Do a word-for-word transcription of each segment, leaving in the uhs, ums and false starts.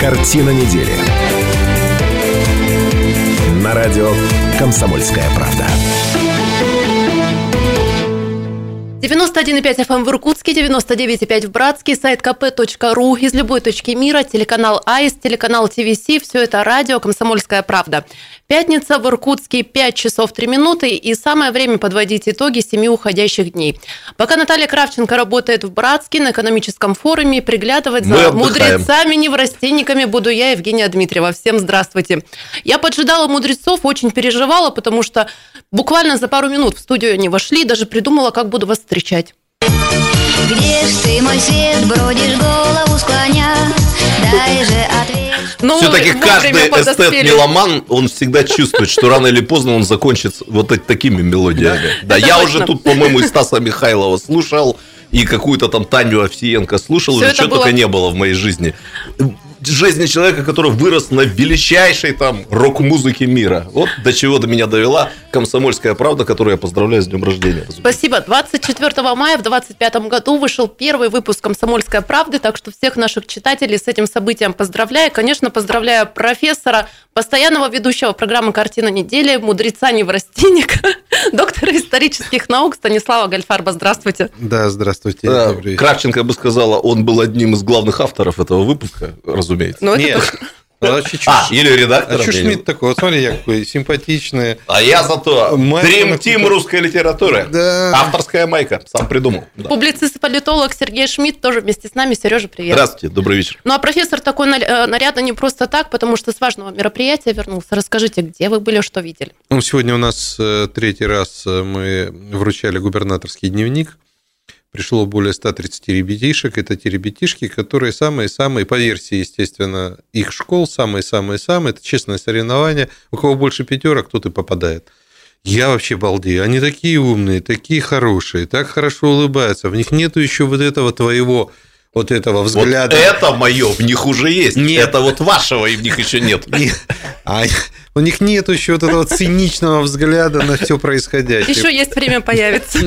Картина недели. На радио «Комсомольская правда». девяносто один и пять эф эм в Иркутске, девяносто девять и пять в Братске, сайт ка пэ точка ру, из любой точки мира, телеканал АИС, телеканал ти ви си, все это радио «Комсомольская правда». Пятница в Иркутске, пять часов три минуты, и самое время подводить итоги семи уходящих дней. Пока Наталья Кравченко работает в Братске на экономическом форуме, приглядывать за мудрецами, неврастенниками буду я, Евгения Дмитриева. Всем здравствуйте. Я поджидала мудрецов, очень переживала, потому что буквально за пару минут в студию они вошли, даже придумала, как буду вас встречать. Где ж ты, мой свет, бродишь, голову склоня? Дай же ответ. Ну, все-таки каждый эстет-меломан, он всегда чувствует, что рано или поздно он закончит вот такими мелодиями. Да, да, я уже тут, по-моему, и Стаса Михайлова слушал, и какую-то там Таню Овсиенко слушал, уже что было... только не было в моей жизни. Жизни человека, который вырос на величайшей там рок-музыке мира. Вот до чего до меня довела «Комсомольская правда», которую я поздравляю с днем рождения. Спасибо. двадцать четвёртого мая в двадцать пятом году вышел первый выпуск «Комсомольской правды», так что всех наших читателей с этим событием поздравляю. Конечно, поздравляю профессора, постоянного ведущего программы «Картина недели», мудреца-неврастенника, доктора исторических наук Станислава Гальфарба. Здравствуйте. Да, здравствуйте. Да, Кравченко бы сказала, он был одним из главных авторов этого выпуска, разумеется. Ну, Нет. А, а, или редактор. А что Шмидт такой? Вот смотри, я какой симпатичный. А я зато Дрим-тим русской литературы. Да. Авторская майка. Сам придумал. Да. Публицист и политолог Сергей Шмидт тоже вместе с нами. Сережа, привет. Здравствуйте, добрый вечер. Ну, а профессор такой нарядно не просто так, потому что с важного мероприятия вернулся. Расскажите, где вы были, что видели? Ну, сегодня у нас третий раз мы вручали губернаторский дневник. Пришло более ста тридцати ребятишек. Это те ребятишки, которые самые-самые, по версии, естественно, их школ, самые-самые-самые. Это честное соревнование. У кого больше пятерок, тот и попадает. Я вообще балдею. Они такие умные, такие хорошие, так хорошо улыбаются. В них нету еще вот этого твоего... Вот этого взгляда. Вот это мое, в них уже есть. Нет. Это вот вашего, и в них еще нет. нет. А у них нет еще вот этого циничного взгляда на все происходящее. Еще есть время появится.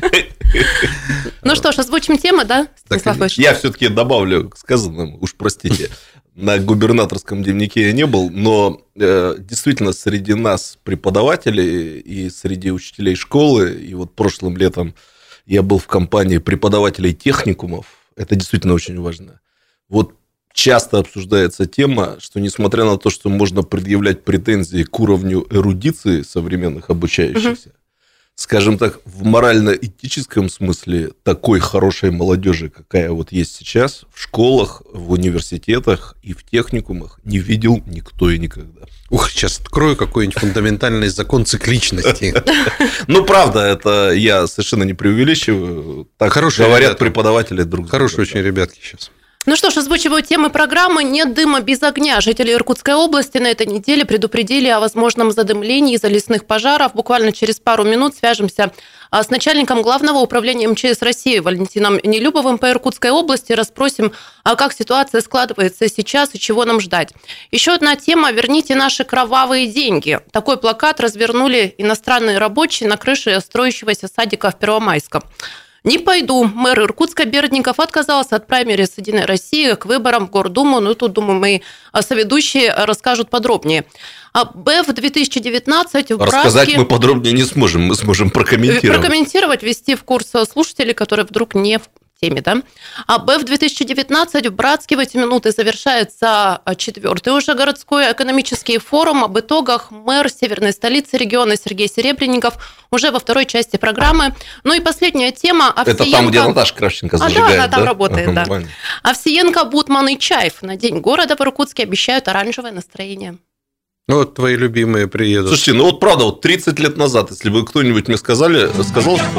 Ну что ж, озвучим темы, да, Станислав Ильич? Я все-таки добавлю к сказанному, уж простите. На губернаторском дневнике я не был, но э, действительно среди нас преподавателей и среди учителей школы, и вот прошлым летом я был в компании преподавателей техникумов. Это действительно очень важно. Вот часто обсуждается тема, что несмотря на то, что можно предъявлять претензии к уровню эрудиции современных обучающихся, угу. скажем так, в морально-этическом смысле такой хорошей молодежи, какая вот есть сейчас, в школах, в университетах и в техникумах не видел никто и никогда. Ух, сейчас открою какой-нибудь фундаментальный закон цикличности. Ну, правда, это я совершенно не преувеличиваю. Так говорят преподаватели друг с другом. Хорошие очень ребятки сейчас. Ну что ж, озвучиваю темы программы «Нет дыма без огня». Жители Иркутской области на этой неделе предупредили о возможном задымлении из-за лесных пожаров. Буквально через пару минут свяжемся с начальником Главного управления эм че эс России Валентином Нелюбовым по Иркутской области. Расспросим, как ситуация складывается сейчас и чего нам ждать. Еще одна тема «Верните наши кровавые деньги». Такой плакат развернули иностранные рабочие на крыше строящегося садика в Первомайском. «Не пойду». Мэр Иркутска Бердников отказался от праймериз «Единой России» к выборам в Гордуму. Ну, тут, думаю, мои соведущие расскажут подробнее. А БЭФ две тысячи девятнадцать в Братске... Рассказать мы подробнее не сможем, мы сможем прокомментировать. Прокомментировать, ввести в курс слушателей, которые вдруг не в теме, да? А БЭФ две тысячи девятнадцать в Братске в эти минуты завершается четвертый уже городской экономический форум. Об итогах мэр северной столицы региона Сергей Серебренников уже во второй части программы. Ну и последняя тема. Овсиенко... Это там, где Наташа Кравченко зажигает, а, да? она там да? работает, ага, да. Овсиенко, Бутман и Чаев на День города в Иркутске обещают оранжевое настроение. Ну, вот твои любимые приедут. Слушайте, ну вот правда, вот тридцать лет назад, если бы кто-нибудь мне сказали, сказал, что...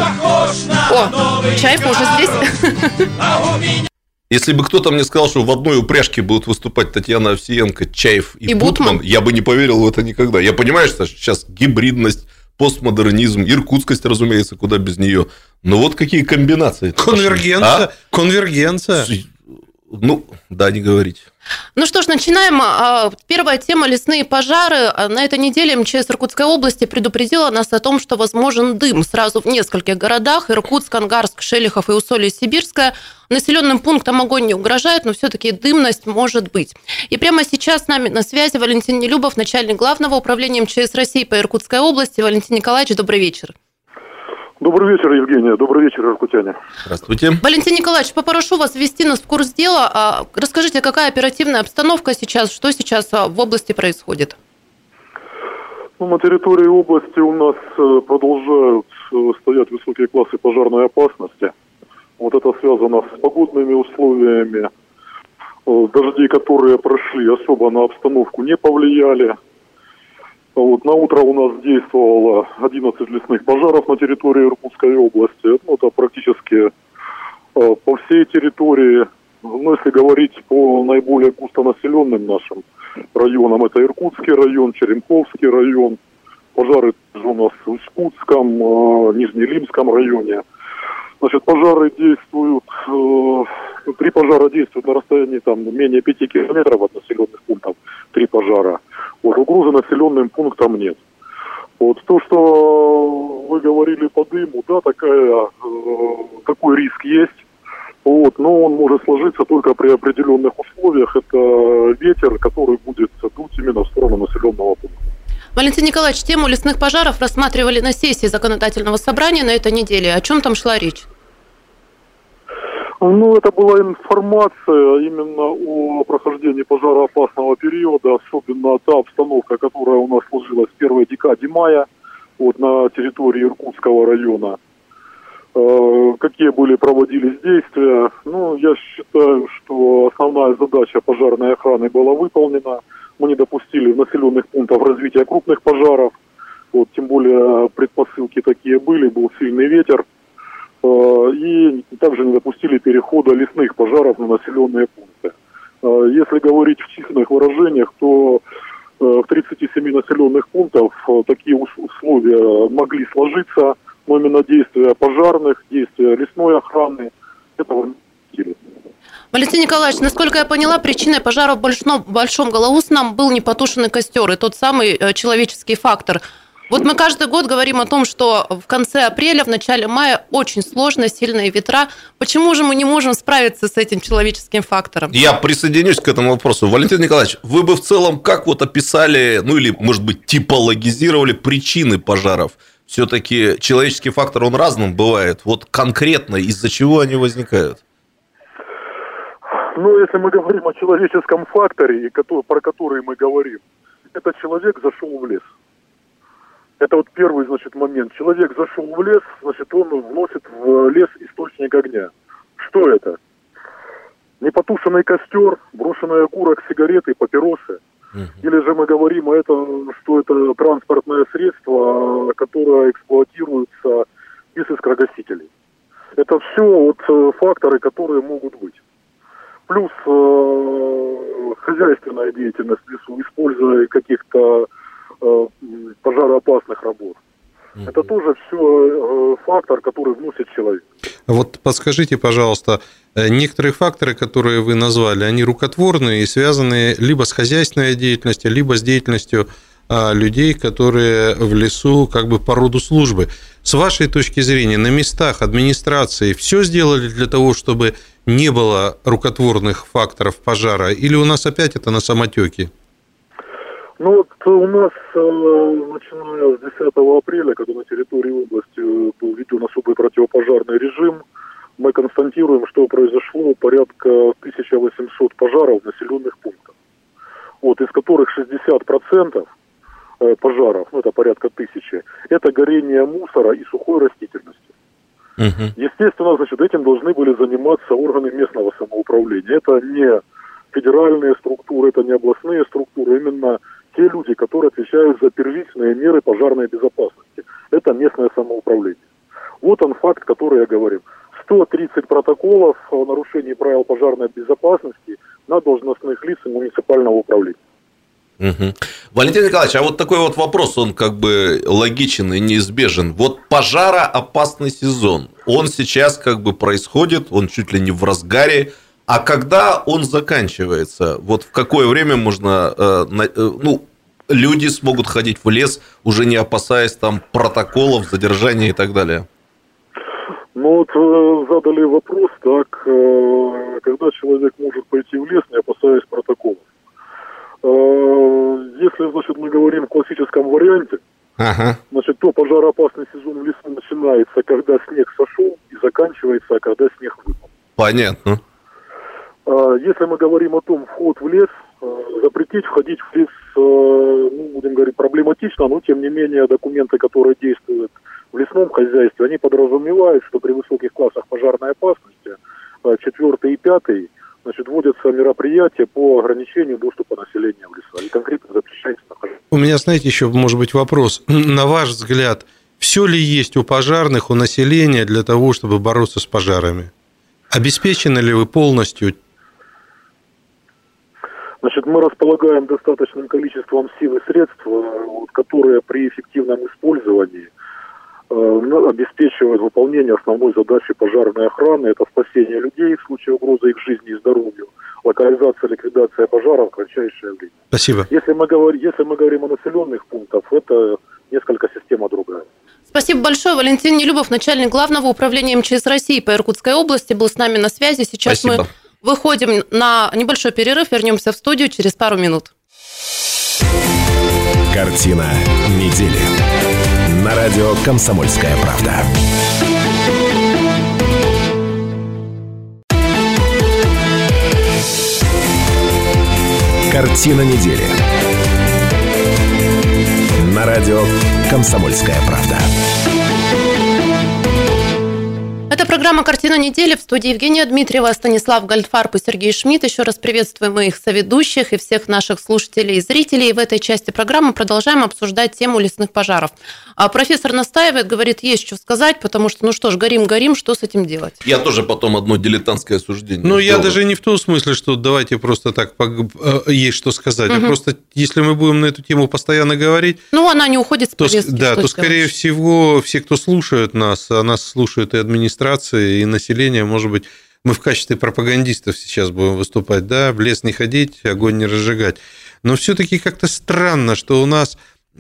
О, Чаев уже здесь. Если бы кто-то мне сказал, что в одной упряжке будут выступать Татьяна Овсиенко, Чаев и, и Бутман, Бутман, я бы не поверил в это никогда. Я понимаю, что сейчас гибридность, постмодернизм, иркутскость, разумеется, куда без нее. Но вот какие комбинации. Конвергенция. А? Конвергенция. Ну, да, не говорите. Ну что ж, начинаем. Первая тема – лесные пожары. На этой неделе МЧС Иркутской области предупредила нас о том, что возможен дым сразу в нескольких городах – Иркутск, Ангарск, Шелихов и Усолье-Сибирское. Населенным пунктам огонь не угрожает, но все-таки дымность может быть. И прямо сейчас с нами на связи Валентин Нелюбов, начальник Главного управления МЧС России по Иркутской области. Валентин Николаевич, добрый вечер. Добрый вечер, Евгения. Добрый вечер, иркутяне. Здравствуйте. Валентин Николаевич, попрошу вас ввести нас в курс дела. Расскажите, какая оперативная обстановка сейчас, что сейчас в области происходит? Ну, на территории области у нас продолжают стоять высокие классы пожарной опасности. Вот это связано с погодными условиями. Дожди, которые прошли, особо на обстановку не повлияли. Вот, на утро у нас действовало одиннадцать лесных пожаров на территории Иркутской области. Ну, это практически э, по всей территории. Ну, если говорить по наиболее густонаселенным нашим районам, это Иркутский район, Черемховский район. Пожары у нас в Усть-Кутском, э, Нижнелимском районе. Значит, пожары действуют, э, три пожара действуют на расстоянии там менее пяти километров от населенных пунктов. Три пожара. Вот, угрозы населенным пунктам нет. Вот то, что вы говорили по дыму, да, такая, э, такой риск есть. Вот, но он может сложиться только при определенных условиях. Это ветер, который будет дуть именно в сторону населенного пункта. Валентин Николаевич, тему лесных пожаров рассматривали на сессии законодательного собрания на этой неделе. О чем там шла речь? Ну, это была информация именно о прохождении пожароопасного периода, особенно та обстановка, которая у нас сложилась в первой декаде мая вот, на территории Иркутского района. Э, какие были проводились действия? Ну, я считаю, что основная задача пожарной охраны была выполнена. Мы не допустили в населенных пунктах развития крупных пожаров. Вот, тем более предпосылки такие были, был сильный ветер. И также не допустили перехода лесных пожаров на населенные пункты. Если говорить в численных выражениях, то в тридцати семи населенных пунктах такие условия могли сложиться, но именно действия пожарных, действия лесной охраны этого не допустили. Валентин Николаевич, насколько я поняла, причиной пожара в Большом, Большом Голоусном был непотушенный костер и тот самый человеческий фактор. Вот мы каждый год говорим о том, что в конце апреля, в начале мая очень сложно, сильные ветра. Почему же мы не можем справиться с этим человеческим фактором? Я присоединюсь к этому вопросу. Валентин Николаевич, вы бы в целом как вот описали, ну или, может быть, типологизировали причины пожаров? Все-таки человеческий фактор, он разным бывает. Вот конкретно из-за чего они возникают? Ну, если мы говорим о человеческом факторе, про который мы говорим, это человек зашел в лес. Это вот первый, значит, момент. Человек зашел в лес, значит, он вносит в лес источник огня. Что это? Непотушенный костер, брошенный окурок, сигареты, папиросы. Uh-huh. Или же мы говорим, это, что это транспортное средство, которое эксплуатируется без искрогасителей. Это все вот факторы, которые могут быть. Плюс э, хозяйственная деятельность в лесу, используя каких-то пожароопасных работ. Mm-hmm. Это тоже все фактор, который вносит человек. Вот подскажите, пожалуйста, некоторые факторы, которые вы назвали, они рукотворные и связаны либо с хозяйственной деятельностью, либо с деятельностью людей, которые в лесу как бы по роду службы. С вашей точки зрения, на местах администрации все сделали для того, чтобы не было рукотворных факторов пожара, или у нас опять это на самотеке? Ну вот у нас, начиная с десятого апреля, когда на территории области был введен особый противопожарный режим, мы констатируем, что произошло порядка тысяча восемьсот пожаров в населенных пунктах, вот, из которых шестьдесят процентов пожаров, ну это порядка тысячи, это горение мусора и сухой растительности. Uh-huh. Естественно, значит, этим должны были заниматься органы местного самоуправления. Это не федеральные структуры, это не областные структуры, именно те люди, которые отвечают за первичные меры пожарной безопасности. Это местное самоуправление. Вот он факт, который я говорю. сто тридцать протоколов о нарушении правил пожарной безопасности на должностных лиц муниципального управления. Угу. Валентин Николаевич, а вот такой вот вопрос, он как бы логичен и неизбежен. Вот пожароопасный сезон, он сейчас как бы происходит, он чуть ли не в разгаре. А когда он заканчивается? Вот в какое время можно, э, на, э, ну, люди смогут ходить в лес, уже не опасаясь там протоколов, задержания и так далее? Ну вот э, задали вопрос, так, э, когда человек может пойти в лес, не опасаясь протоколов. Э, если, значит, мы говорим в классическом варианте, Ага. значит, то пожароопасный сезон в лесу начинается, когда снег сошел, и заканчивается, когда снег выпал. Понятно. Э, если мы говорим о том, вход в лес, э, запретить входить в лес, э, ну, будем говорить, проблематично, но, тем не менее, документы, которые действуют в лесном хозяйстве, они подразумевают, что при высоких классах пожарной опасности, четвертый и пятый, значит, вводятся мероприятия по ограничению доступа населения в леса. И конкретно запрещается нахождение. У меня, знаете, еще, может быть, вопрос. На ваш взгляд, все ли есть у пожарных, у населения для того, чтобы бороться с пожарами? Обеспечены ли вы полностью? Значит, мы располагаем достаточным количеством сил и средств, вот, которые при эффективном использовании обеспечивают выполнение основной задачи пожарной охраны. Это спасение людей в случае угрозы их жизни и здоровью, локализация, ликвидация пожаров в кратчайшее время. Спасибо. Если мы говорим, если мы говорим о населенных пунктах, это несколько система другая. Спасибо большое. Валентин Нелюбов, начальник Главного управления МЧС России по Иркутской области, был с нами на связи. Сейчас Спасибо. мы выходим на небольшой перерыв, вернемся в студию через пару минут. Картина недели. На радио «Комсомольская правда». Картина недели. На радио «Комсомольская правда». Это программа «Картина недели». В студии Евгения Дмитриева, Станислав Гольдфарб и Сергей Шмидт. Еще раз приветствуем моих соведущих и всех наших слушателей и зрителей. И в этой части программы продолжаем обсуждать тему лесных пожаров. А профессор настаивает, говорит, есть что сказать, потому что, ну что ж, горим-горим, что с этим делать? Я тоже потом одно дилетантское суждение. Ну, я сделаю. даже не в том смысле, что давайте просто так есть что сказать. Угу. А просто если мы будем на эту тему постоянно говорить, ну, она не уходит с то, повестки. да, то, скорее всего, все, кто слушают нас, а нас слушают и администрация, и население, может быть, мы в качестве пропагандистов сейчас будем выступать, да, в лес не ходить, огонь не разжигать. Но все-таки как-то странно, что у нас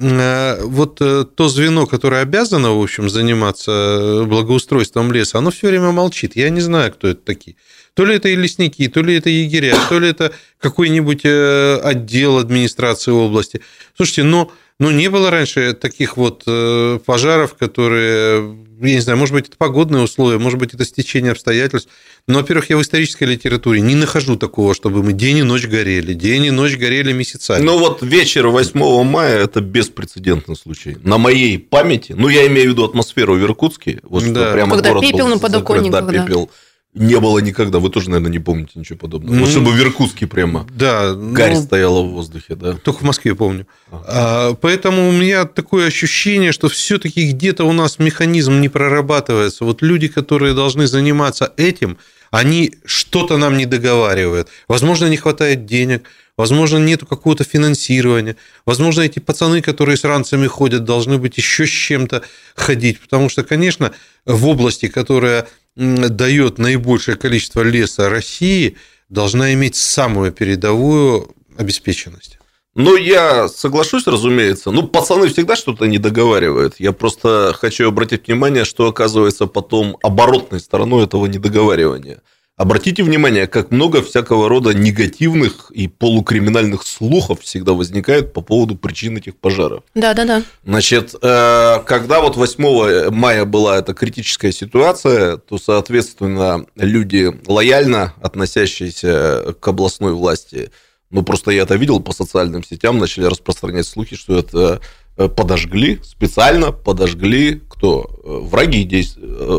вот то звено, которое обязано, в общем, заниматься благоустройством леса, оно все время молчит. Я не знаю, кто это такие. То ли это и лесники, то ли это егеря, то ли это какой-нибудь отдел администрации области. Слушайте, но ну, не было раньше таких вот пожаров, которые, я не знаю, может быть, это погодные условия, может быть, это стечение обстоятельств. Но, во-первых, я в исторической литературе не нахожу такого, чтобы мы день и ночь горели, день и ночь горели месяцами. Ну, вот вечер восьмого мая – это беспрецедентный случай. На моей памяти, ну, я имею в виду атмосферу в Иркутске, вот да. что прямо когда город пепел был на подоконниках, закрыт, да, пепел. Не было никогда. Вы тоже, наверное, не помните ничего подобного. Вот чтобы в Иркутске прямо да, гарь ну, стояла в воздухе, да. Только в Москве помню. Ага. Поэтому у меня такое ощущение, что все-таки где-то у нас механизм не прорабатывается. Вот люди, которые должны заниматься этим, они что-то нам не договаривают. Возможно, не хватает денег, возможно, нету какого-то финансирования, возможно, эти пацаны, которые с ранцами ходят, должны быть еще с чем-то ходить. Потому что, конечно, в области, которая дает наибольшее количество леса России, должна иметь самую передовую обеспеченность. Ну, я соглашусь, разумеется. Ну, пацаны всегда что-то не договаривают. Я просто хочу обратить внимание, что оказывается потом оборотной стороной этого недоговаривания. Обратите внимание, как много всякого рода негативных и полукриминальных слухов всегда возникает по поводу причин этих пожаров. Да, да, да. Значит, когда вот восьмого мая была эта критическая ситуация, то, соответственно, люди, лояльно относящиеся к областной власти, ну, просто я это видел по социальным сетям, начали распространять слухи, что это подожгли, специально подожгли кто? Враги, действ...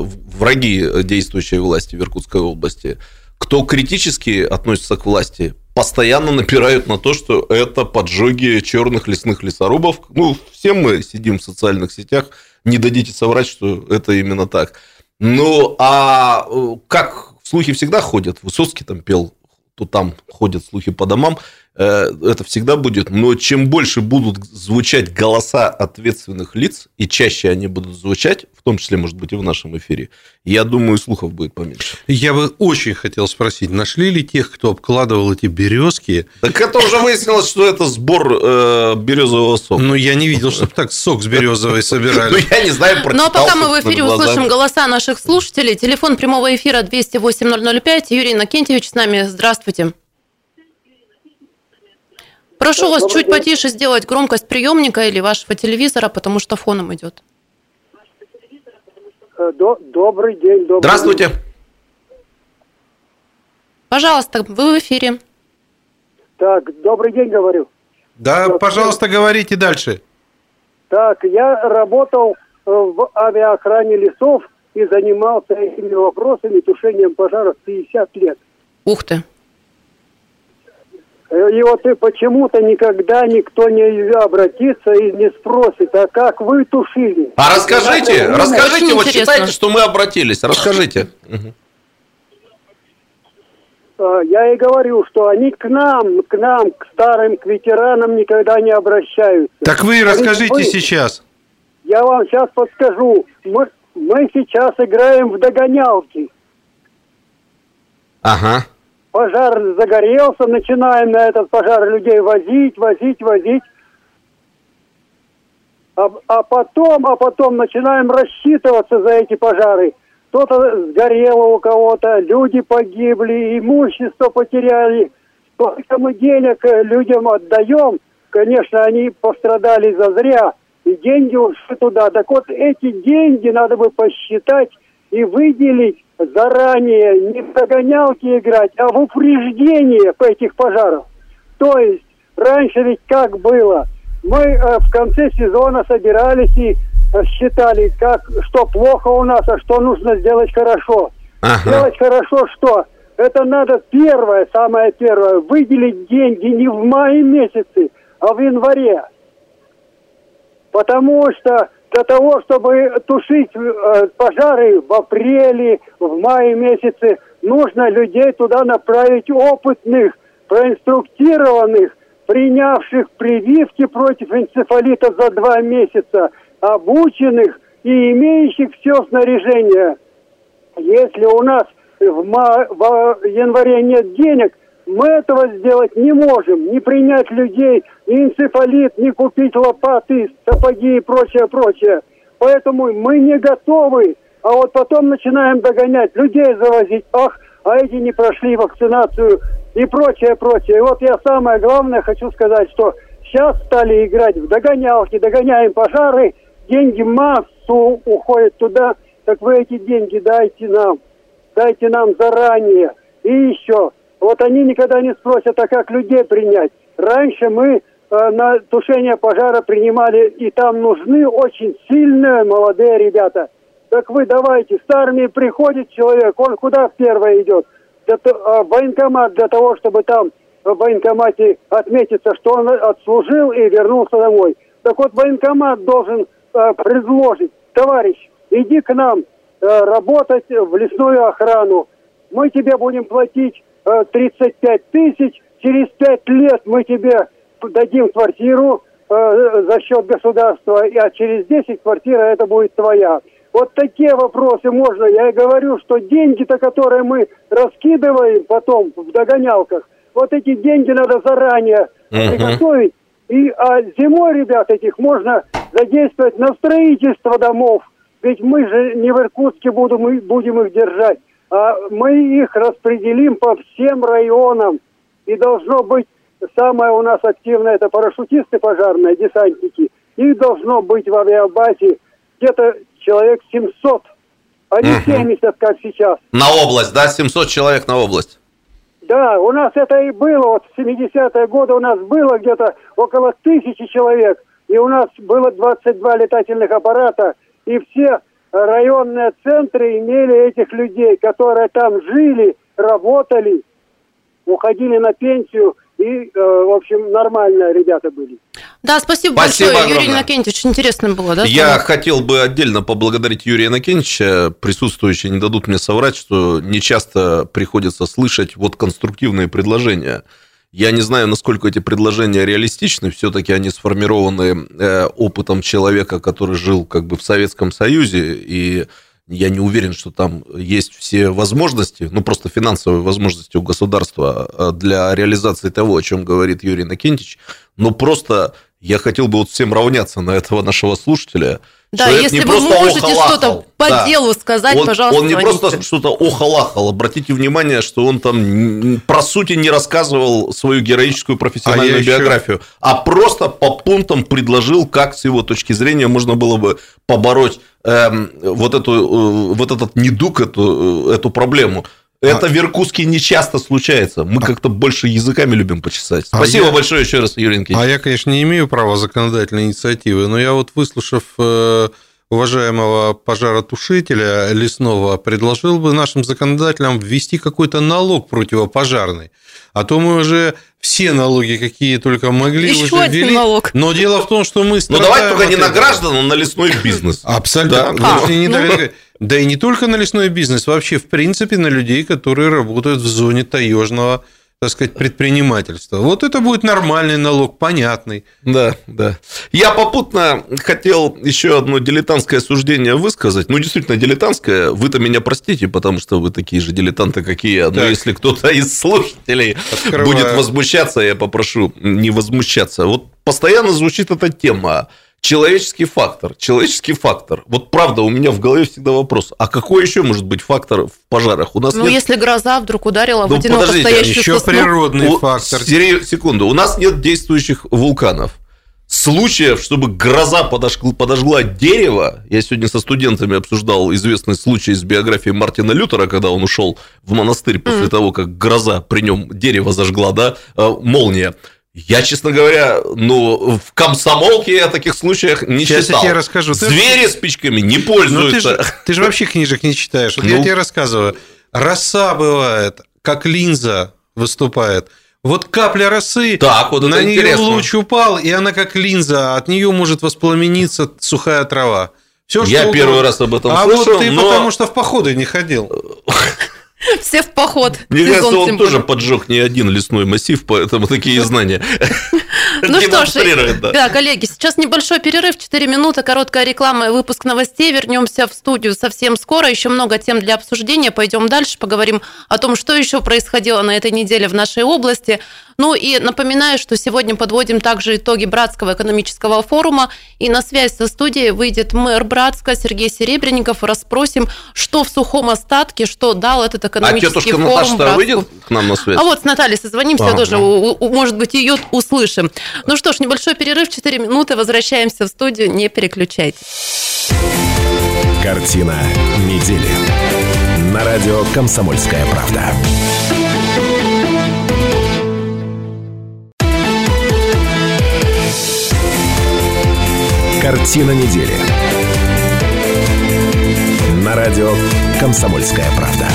Враги действующей власти в Иркутской области. Кто критически относится к власти, постоянно напирают на то, что это поджоги черных лесных лесорубов. Ну, все мы сидим в социальных сетях, не дадите соврать, что это именно так. Ну, а как слухи всегда ходят, Высоцкий там пел, то там ходят слухи по домам. это всегда будет, но чем больше будут звучать голоса ответственных лиц, и чаще они будут звучать, в том числе, может быть, и в нашем эфире, я думаю, слухов будет поменьше. Я бы очень хотел спросить, нашли ли тех, кто обкладывал эти березки? Так это уже выяснилось, что это сбор э, березового сока. Ну, я не видел, чтобы так сок с березовой собирали. Ну, я не знаю, прочитал. Ну, а пока мы в эфире услышим голоса наших слушателей, телефон прямого эфира двести восемь ноль ноль пять. Юрий Иннокентьевич с нами. Здравствуйте. Прошу вас чуть потише сделать громкость приемника или вашего телевизора, потому что фоном идет. Добрый день. Добрый Здравствуйте. день. Пожалуйста, вы в эфире. Так, добрый день, говорю. Да, пожалуйста, говорите дальше. Так, я работал в авиаохране лесов и занимался этими вопросами, тушением пожаров пятьдесят лет. Ух ты. И вот и почему-то никогда никто не обратится и не спросит, а как вы тушили? А расскажите, Это расскажите, очень вот интересно. считайте, что мы обратились, расскажите. Я и говорю, что они к нам, к нам, к старым, к ветеранам никогда не обращаются. Так вы А ведь расскажите вы- сейчас. Я вам сейчас подскажу. Мы, мы сейчас играем в догонялки. Ага. Пожар загорелся, начинаем на этот пожар людей возить, возить, возить. А, а потом, а потом начинаем рассчитываться за эти пожары. Кто-то сгорело у кого-то, люди погибли, имущество потеряли. Сколько мы денег людям отдаем, конечно, они пострадали зазря. И деньги ушли туда. Так вот, эти деньги надо бы посчитать и выделить заранее, не в догонялки играть, а в упреждение по этих пожаров. То есть, раньше ведь как было? Мы э, в конце сезона собирались и э, считали, как, что плохо у нас, а что нужно сделать хорошо. Ага. Сделать хорошо что? Это надо первое, самое первое, выделить деньги не в мае месяце, а в январе. Потому что для того, чтобы тушить э, пожары в апреле, в мае месяце, нужно людей туда направить опытных, проинструктированных, принявших прививки против энцефалита за два месяца, обученных и имеющих все снаряжение. Если у нас в, ма- в январе нет денег, мы этого сделать не можем. Не принять людей, ни энцефалит, ни купить лопаты, сапоги и прочее, прочее. Поэтому мы не готовы. А вот потом начинаем догонять, людей завозить. Ах, а эти не прошли вакцинацию и прочее, прочее. И вот я самое главное хочу сказать, что сейчас стали играть в догонялки, догоняем пожары, деньги массу уходят туда. Так вы эти деньги дайте нам, дайте нам заранее. И еще... Вот они никогда не спросят, а как людей принять. Раньше мы э, на тушение пожара принимали, и там нужны очень сильные молодые ребята. Так вы давайте, с армии приходит человек, он куда первый идет? Для, э, в военкомат для того, чтобы там в военкомате отметиться, что он отслужил и вернулся домой. Так вот, военкомат должен э, предложить, товарищ, иди к нам э, работать в лесную охрану. Мы тебе будем платить тридцать пять тысяч, через пять лет мы тебе дадим квартиру э, за счет государства, а через десять квартира это будет твоя. Вот такие вопросы можно. Я и говорю, что деньги-то, которые мы раскидываем потом в догонялках, вот эти деньги надо заранее uh-huh. приготовить. И а зимой, ребят, этих можно задействовать на строительство домов. Ведь мы же не в Иркутске будем, будем их держать. А мы их распределим по всем районам. И должно быть, самое у нас активное, это парашютисты пожарные, десантники. Их должно быть в авиабазе где-то человек семьсот, а не угу. семьдесят, как сейчас. На область, да? семьсот человек на область. Да, у нас это и было. Вот в семидесятые годы у нас было где-то около тысячи человек. И у нас было двадцать два летательных аппарата. И все... районные центры имели этих людей, которые там жили, работали, уходили на пенсию и, э, в общем, нормальные ребята были. Да, спасибо, спасибо большое, огромное. Юрий Иннокентьевич. Интересно было, да? Я хотел бы отдельно поблагодарить Юрия Иннокентьевича. Присутствующие не дадут мне соврать, что нечасто приходится слышать вот конструктивные предложения. Я не знаю, насколько эти предложения реалистичны, все-таки они сформированы э, опытом человека, который жил как бы в Советском Союзе, и я не уверен, что там есть все возможности, ну, просто финансовые возможности у государства для реализации того, о чем говорит Юрий Иннокентьевич, но просто я хотел бы вот всем равняться на этого нашего слушателя. Да, Человек если не вы можете охалахал, что-то по да. делу сказать, он, пожалуйста, он не звоните. просто что-то охалахал, обратите внимание, что он там про сути не рассказывал свою героическую профессиональную а биографию, еще... а просто по пунктам предложил, как с его точки зрения можно было бы побороть эм, вот, эту, э, вот этот недуг, эту, эту проблему. Это а... в Иркутске не часто случается. Мы а... как-то больше языками любим почесать. Спасибо а я... большое еще раз, Юрий Иннокентьевич. А я, конечно, не имею права законодательной инициативы, но я вот, выслушав уважаемого пожаротушителя лесного, предложил бы нашим законодателям ввести какой-то налог противопожарный. А то мы уже все налоги, какие только могли, еще уже один ввели. Налог. Но дело в том, что мы Ну, давайте только не на граждан, а на лесной бизнес. Абсолютно. Да, а, не ну... да и не только на лесной бизнес, вообще, в принципе, на людей, которые работают в зоне таежного, так сказать, предпринимательства. Вот это будет нормальный налог, понятный. Да, да. Я попутно хотел еще одно дилетантское суждение высказать. Ну, действительно, дилетантское. Вы-то меня простите, потому что вы такие же дилетанты, как и я. Но так. Если кто-то из слушателей Открываю. будет возмущаться, я попрошу не возмущаться. Вот постоянно звучит эта тема. Человеческий фактор, человеческий фактор. Вот правда, у меня в голове всегда вопрос, а какой еще может быть фактор в пожарах? У нас ну, нет... если гроза вдруг ударила ну, в одиноко стоящую еще сосну. природный у... фактор. Секунду, у нас нет действующих вулканов. Случаев, чтобы гроза подожгла, подожгла дерево, я сегодня со студентами обсуждал известный случай из биографии Мартина Лютера, когда он ушел в монастырь после mm. того, как гроза при нем дерево зажгла, да, молния. Я, честно говоря, ну, в комсомолке я о таких случаях не Сейчас читал. Я тебе расскажу. Звери спичками не пользуются. Ну, ты, же, ты же вообще книжек не читаешь. Вот ну... я тебе рассказываю. Роса бывает, как линза выступает. Вот капля росы, так, вот на нее интересно. луч упал, и она как линза, от нее может воспламениться сухая трава. Все, я что первый раз об этом а слышал. А вот ты но... потому что в походы не ходил. Все в поход. Мне кажется, он тоже поджег не один лесной массив, поэтому такие знания. Ну что ж, да, коллеги, сейчас небольшой перерыв, четыре минуты, короткая реклама и выпуск новостей. Вернемся в студию совсем скоро. Еще много тем для обсуждения. Пойдем дальше, поговорим о том, что еще происходило на этой неделе в нашей области. Ну и напоминаю, что сегодня подводим также итоги Братского экономического форума. И на связь со студией выйдет мэр Братска Сергей Серебренников. Расспросим, что в сухом остатке, что дал этот экономический форум. А тетушка Наташа выйдет к нам на связь? А вот с Натальей созвонимся, а, тоже, да. может быть, ее услышим. Ну что ж, небольшой перерыв, четыре минуты. Возвращаемся в студию, не переключайтесь. Картина недели. На радио «Комсомольская правда». Картина недели. На радио «Комсомольская правда».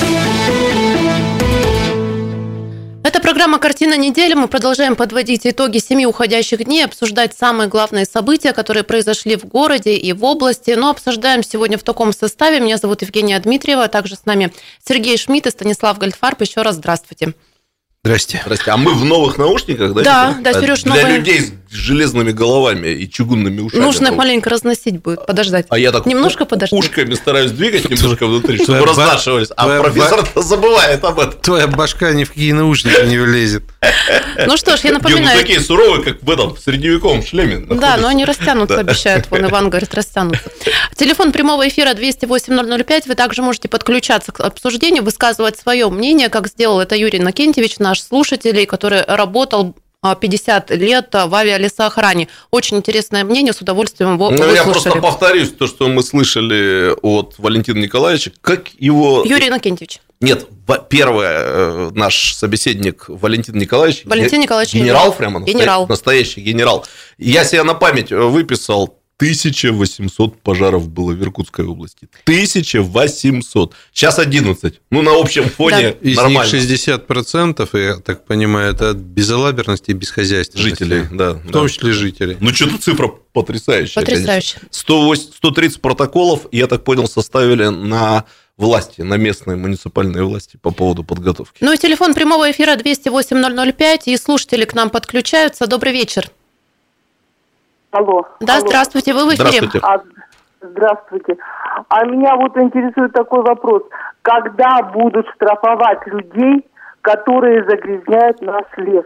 Это программа «Картина недели». Мы продолжаем подводить итоги семи уходящих дней, обсуждать самые главные события, которые произошли в городе и в области. Но обсуждаем сегодня в таком составе. Меня зовут Евгения Дмитриева, также с нами Сергей Шмидт и Станислав Гольдфарб. Еще раз здравствуйте. Здрасте. Здрасте. А мы в новых наушниках, да? Да, да, Сереж, для новые... людей с железными головами и чугунными ушами. Нужно маленько разносить будет, подождать. А я так немножко подождать. Ушками стараюсь двигать немножко внутри, чтобы разнашивались. А профессор забывает об этом. Твоя башка ни в какие наушники не влезет. Ну что ж, я напоминаю... Вы такие суровые, как в этом средневековом шлеме. Да, но они растянутся, обещают. Вон Иван говорит, растянутся. Телефон прямого эфира двести восемь ноль ноль пять. Вы также можете подключаться к обсуждению, высказывать свое мнение, как сделал это Юрий Иннокентьевич, наш слушатель, который работал пятьдесят лет в авиалесоохране. Очень интересное мнение, с удовольствием его выслушали. Ну, я просто повторюсь то, что мы слышали от Валентина Николаевича, как его... Юрий Иннокентьевич. Нет, первый наш собеседник Валентин Николаевич. Валентин Николаевич. Генерал прямо? Генерал. Настоящий генерал. Я себе на память выписал тысяча восемьсот пожаров было в Иркутской области. тысяча восемьсот. Сейчас одиннадцать. Ну, на общем фоне да. нормально. Из них шестьдесят процентов, я так понимаю, это от безалаберности и бесхозяйственности. Жителей, да. В том числе жителей. Ну, что-то цифра потрясающая. Потрясающая. сто тридцать протоколов, я так понял, составили на власти, на местные муниципальные власти по поводу подготовки. Ну и телефон прямого эфира двести восемь ноль ноль пять, и слушатели к нам подключаются. Добрый вечер. Алло. Да, алло. Здравствуйте, вы в эфире. Здравствуйте. А, здравствуйте. А меня вот интересует такой вопрос. Когда будут штрафовать людей, которые загрязняют наш лес?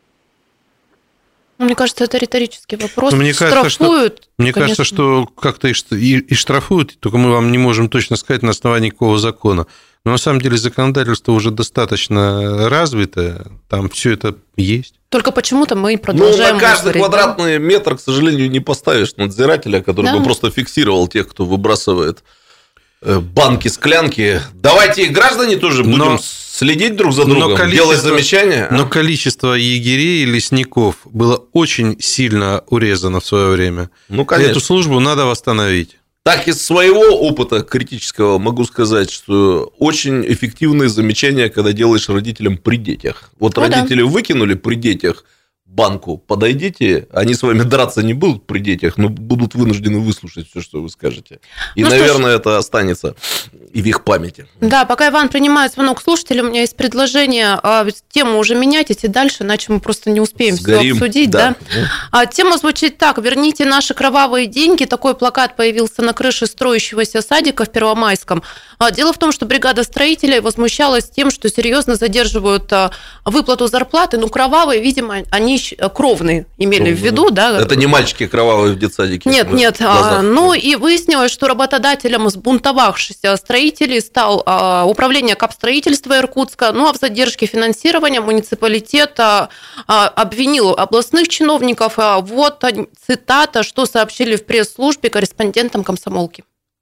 Мне кажется, это риторический вопрос. Мне кажется, Штрафуют, что, мне кажется, что как-то и, и, и штрафуют, только мы вам не можем точно сказать на основании какого закона. Но на самом деле законодательство уже достаточно развитое, там все это есть. Только почему-то мы продолжаем... Ну, на каждый говорить, квадратный да? метр, к сожалению, не поставишь надзирателя, который да. бы просто фиксировал тех, кто выбрасывает банки, склянки. Давайте и граждане тоже будем но, следить друг за другом, делать замечания. Но количество егерей и лесников было очень сильно урезано в свое время. Ну, конечно. Эту службу надо восстановить. Так из своего опыта критического могу сказать, что очень эффективные замечания, когда делаешь родителям при детях. Вот ну, родители да. выкинули при детях банку, подойдите, они с вами драться не будут при детях, но будут вынуждены выслушать все, что вы скажете. И, ну, наверное, это останется и в их памяти. Да, пока Иван принимает звонок слушателя, у меня есть предложение а, тему уже менять, идти дальше, иначе мы просто не успеем Сгорим, все обсудить. Да. Да? А, тема звучит так: «Верните наши кровавые деньги». Такой плакат появился на крыше строящегося садика в Первомайском. А, дело в том, что бригада строителей возмущалась тем, что серьезно задерживают а, выплату зарплаты, но кровавые, видимо, они кровные имели кровные. в виду. Да? Это не мальчики кровавые в детсадике. Нет, нет. А, ну и выяснилось, что работодателем сбунтовавшихся строителей стал а, управление капстроительства Иркутска. Ну а в задержке финансирования муниципалитет а, обвинил областных чиновников. А, вот цитата, что сообщили в пресс-службе корреспондентам «Комсомолки».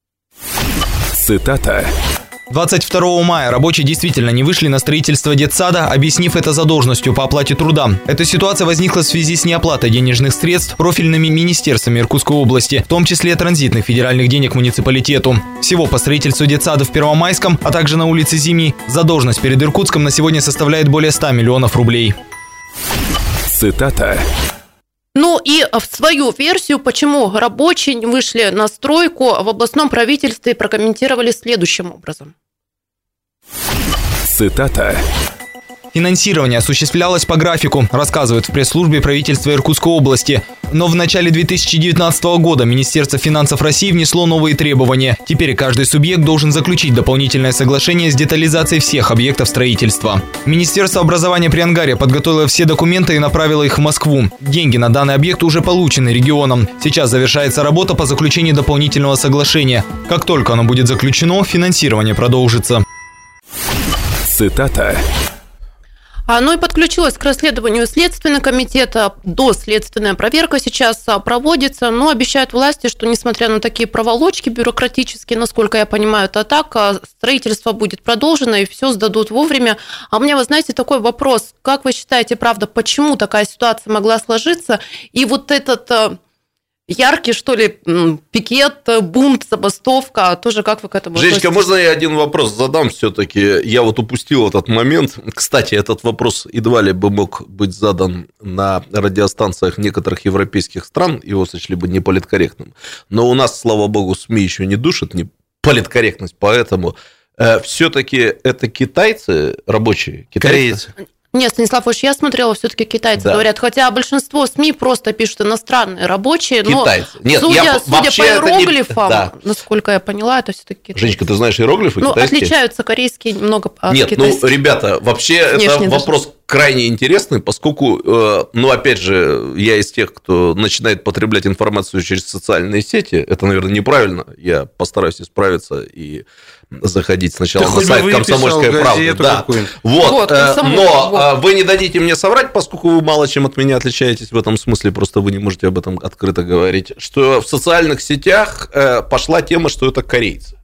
Цитата. двадцать второго мая рабочие действительно не вышли на строительство детсада, объяснив это задолженностью по оплате труда. Эта ситуация возникла в связи с неоплатой денежных средств профильными министерствами Иркутской области, в том числе транзитных федеральных денег муниципалитету. Всего по строительству детсада в Первомайском, а также на улице Зимней, задолженность перед Иркутском на сегодня составляет более ста миллионов рублей. Цитата. Ну и в свою версию, почему рабочие не вышли на стройку, в областном правительстве прокомментировали следующим образом. Цитата. Финансирование осуществлялось по графику, рассказывают в пресс-службе правительства Иркутской области. Но в начале две тысячи девятнадцатого года Министерство финансов России внесло новые требования. Теперь каждый субъект должен заключить дополнительное соглашение с детализацией всех объектов строительства. Министерство образования при Ангаре подготовило все документы и направило их в Москву. Деньги на данный объект уже получены регионом. Сейчас завершается работа по заключению дополнительного соглашения. Как только оно будет заключено, финансирование продолжится. Цитата. Ну и подключилась к расследованию Следственный комитет. Доследственная проверка сейчас проводится, но обещают власти, что несмотря на такие проволочки бюрократические, насколько я понимаю, это так, строительство будет продолжено и все сдадут вовремя. А у меня, вы знаете, такой вопрос. Как вы считаете, правда, почему такая ситуация могла сложиться? И вот этот... яркий, что ли, пикет, бунт, забастовка, тоже как вы к этому относитесь? Женечка, можно я один вопрос задам все-таки? Я вот упустил этот момент. Кстати, этот вопрос едва ли бы мог быть задан на радиостанциях некоторых европейских стран, его сочли бы неполиткорректным. Но у нас, слава богу, СМИ еще не душат политкорректность, поэтому э, все-таки это китайцы рабочие? Китайцы? Корейцы. Нет, Станислав Ильич, я смотрела, все-таки китайцы да. говорят, хотя большинство СМИ просто пишут иностранные рабочие, но китайцы. Нет, судя, я, судя по иероглифам, не... да. насколько я поняла, это все-таки китайцы. Женечка, ты знаешь иероглифы ну, китайские? Отличаются корейские немного от Нет, китайских. ну, ребята, вообще Внешне это вопрос даже крайне интересный, поскольку, ну, опять же, я из тех, кто начинает потреблять информацию через социальные сети, это, наверное, неправильно, я постараюсь исправиться и заходить сначала Ты на сайт «Комсомольская правда». Да. Вот, вот но вот. Вы не дадите мне соврать, поскольку вы мало чем от меня отличаетесь в этом смысле, просто вы не можете об этом открыто говорить, что в социальных сетях пошла тема, что это корейцы.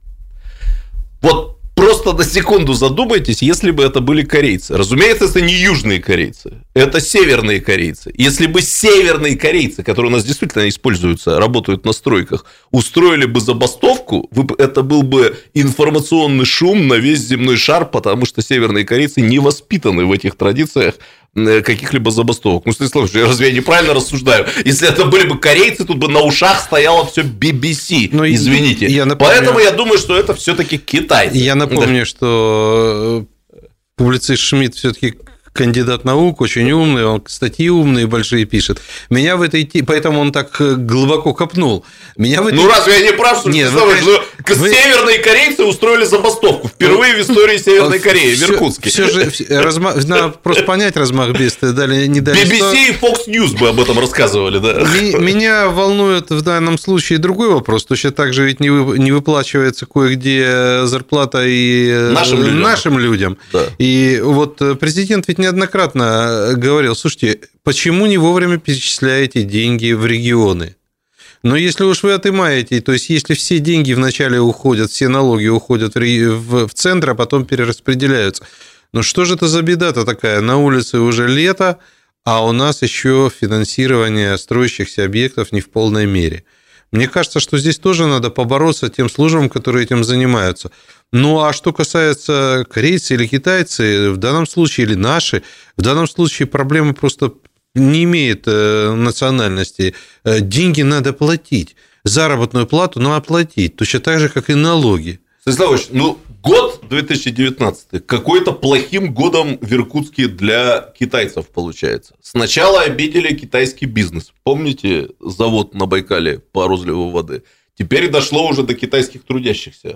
Вот просто на секунду задумайтесь, если бы это были корейцы. Разумеется, это не южные корейцы, это северные корейцы. Если бы северные корейцы, которые у нас действительно используются, работают на стройках, устроили бы забастовку, это был бы информационный шум на весь земной шар, потому что северные корейцы не воспитаны в этих традициях каких-либо забастовок. Ну, Станислав, разве я неправильно рассуждаю? Если это были бы корейцы, тут бы на ушах стояло все би би си, ну, извините. Я напомню... Поэтому я думаю, что это все-таки китайцы. Я напомню, да. что публицист Шмидт все-таки кандидат наук, очень умный, он статьи умные большие пишет. Меня в этой... Поэтому он так глубоко копнул. Меня в этой... Ну, разве я не прав, что Нет, вы, конечно... вы... северные корейцы устроили забастовку впервые в истории Северной Кореи, в Иркутске? Все же... Разма... Надо просто понять размах бедствия. Дали, не дали би би си и Fox News бы об этом рассказывали, да? Меня волнует в данном случае другой вопрос. Точно так же ведь не, вы... не выплачивается кое-где зарплата и нашим людям. Нашим людям. Да. И вот президент ведь неоднократно говорил, слушайте, почему не вовремя перечисляете деньги в регионы? Но если уж вы отымаете, то есть если все деньги вначале уходят, все налоги уходят в, в центр, а потом перераспределяются, ну что же это за беда-то такая? На улице уже лето, а у нас еще финансирование строящихся объектов не в полной мере. Мне кажется, что здесь тоже надо побороться тем службам, которые этим занимаются. Ну, а что касается корейцы или китайцы, в данном случае, или наши, в данном случае проблема просто не имеет национальности. Деньги надо платить. Заработную плату надо платить, точно так же, как и налоги. Станислав Ильич, ну, год две тысячи девятнадцатый какой-то плохим годом в Иркутске для китайцев получается. Сначала обидели китайский бизнес. Помните завод на Байкале по розливу воды? Теперь дошло уже до китайских трудящихся.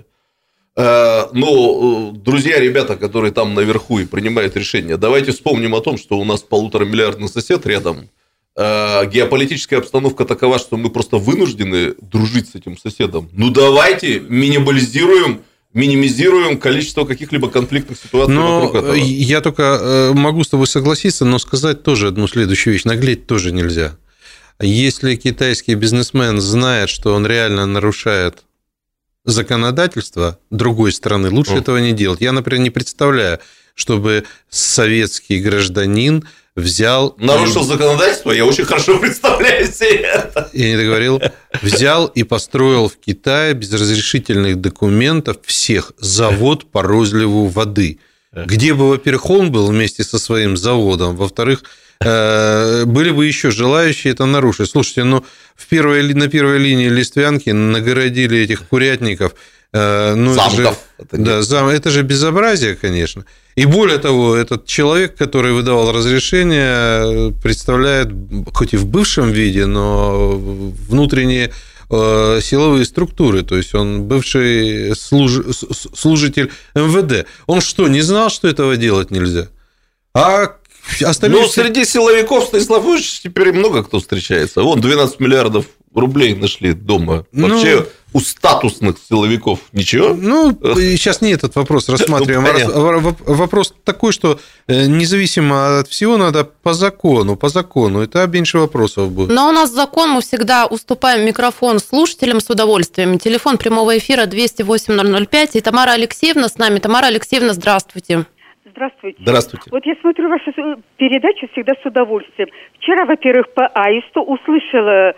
Ну, друзья, ребята, которые там наверху и принимают решения, давайте вспомним о том, что у нас полуторамиллиардный сосед рядом. Геополитическая обстановка такова, что мы просто вынуждены дружить с этим соседом. Ну, давайте минимализируем, минимизируем количество каких-либо конфликтных ситуаций но вокруг этого. Я только могу с тобой согласиться, но сказать тоже одну следующую вещь. Наглеть тоже нельзя. Если китайский бизнесмен знает, что он реально нарушает законодательство другой страны, лучше mm. этого не делать. Я, например, не представляю, чтобы советский гражданин взял... Нарушил и... законодательство? Я очень хорошо представляю себе это. Я не договорил. Взял и построил в Китае без разрешительных документов всех завод по розливу воды. Где бы, во-первых, он был вместе со своим заводом, во-вторых, были бы еще желающие это нарушить. Слушайте, ну, в первой, на первой линии Листвянки нагородили этих курятников. Ну, Замков. Это же, это, да, зам, это же безобразие, конечно. И более того, этот человек, который выдавал разрешение, представляет, хоть и в бывшем виде, но внутренние силовые структуры, то есть он бывший служ... служитель эм вэ дэ. Он что, не знал, что этого делать нельзя? А остальные... Ну, среди силовиков, Станислав Ильич, теперь много кто встречается. Вон двенадцать миллиардов рублей нашли дома. Вообще ну... у статусных силовиков ничего? Ну, сейчас не этот вопрос рассматриваем. Ну, вопрос такой, что независимо от всего надо по закону, по закону. Это меньше вопросов будет. Но у нас закон, мы всегда уступаем микрофон слушателям с удовольствием. Телефон прямого эфира двести восемь ноль ноль пять. И Тамара Алексеевна с нами. Тамара Алексеевна, здравствуйте. Здравствуйте. Здравствуйте. Вот я смотрю вашу передачу всегда с удовольствием. Вчера, во-первых, по аисту услышала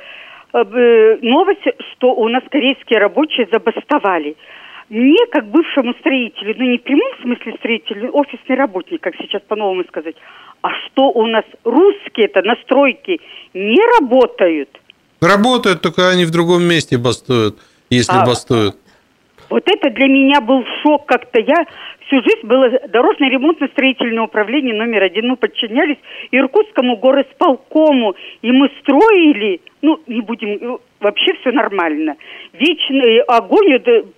новость, что у нас корейские рабочие забастовали. Мне, как бывшему строителю, ну не в прямом смысле строителю, офисный работник, как сейчас по-новому сказать, а что у нас русские-то на стройке не работают? Работают, только они в другом месте бастуют, если а, бастуют. Вот это для меня был шок как-то. Я всю жизнь было дорожно-ремонтно-строительное управление номер один. Мы подчинялись Иркутскому горосполкому, и мы строили, ну, не будем, вообще все нормально. Вечный огонь,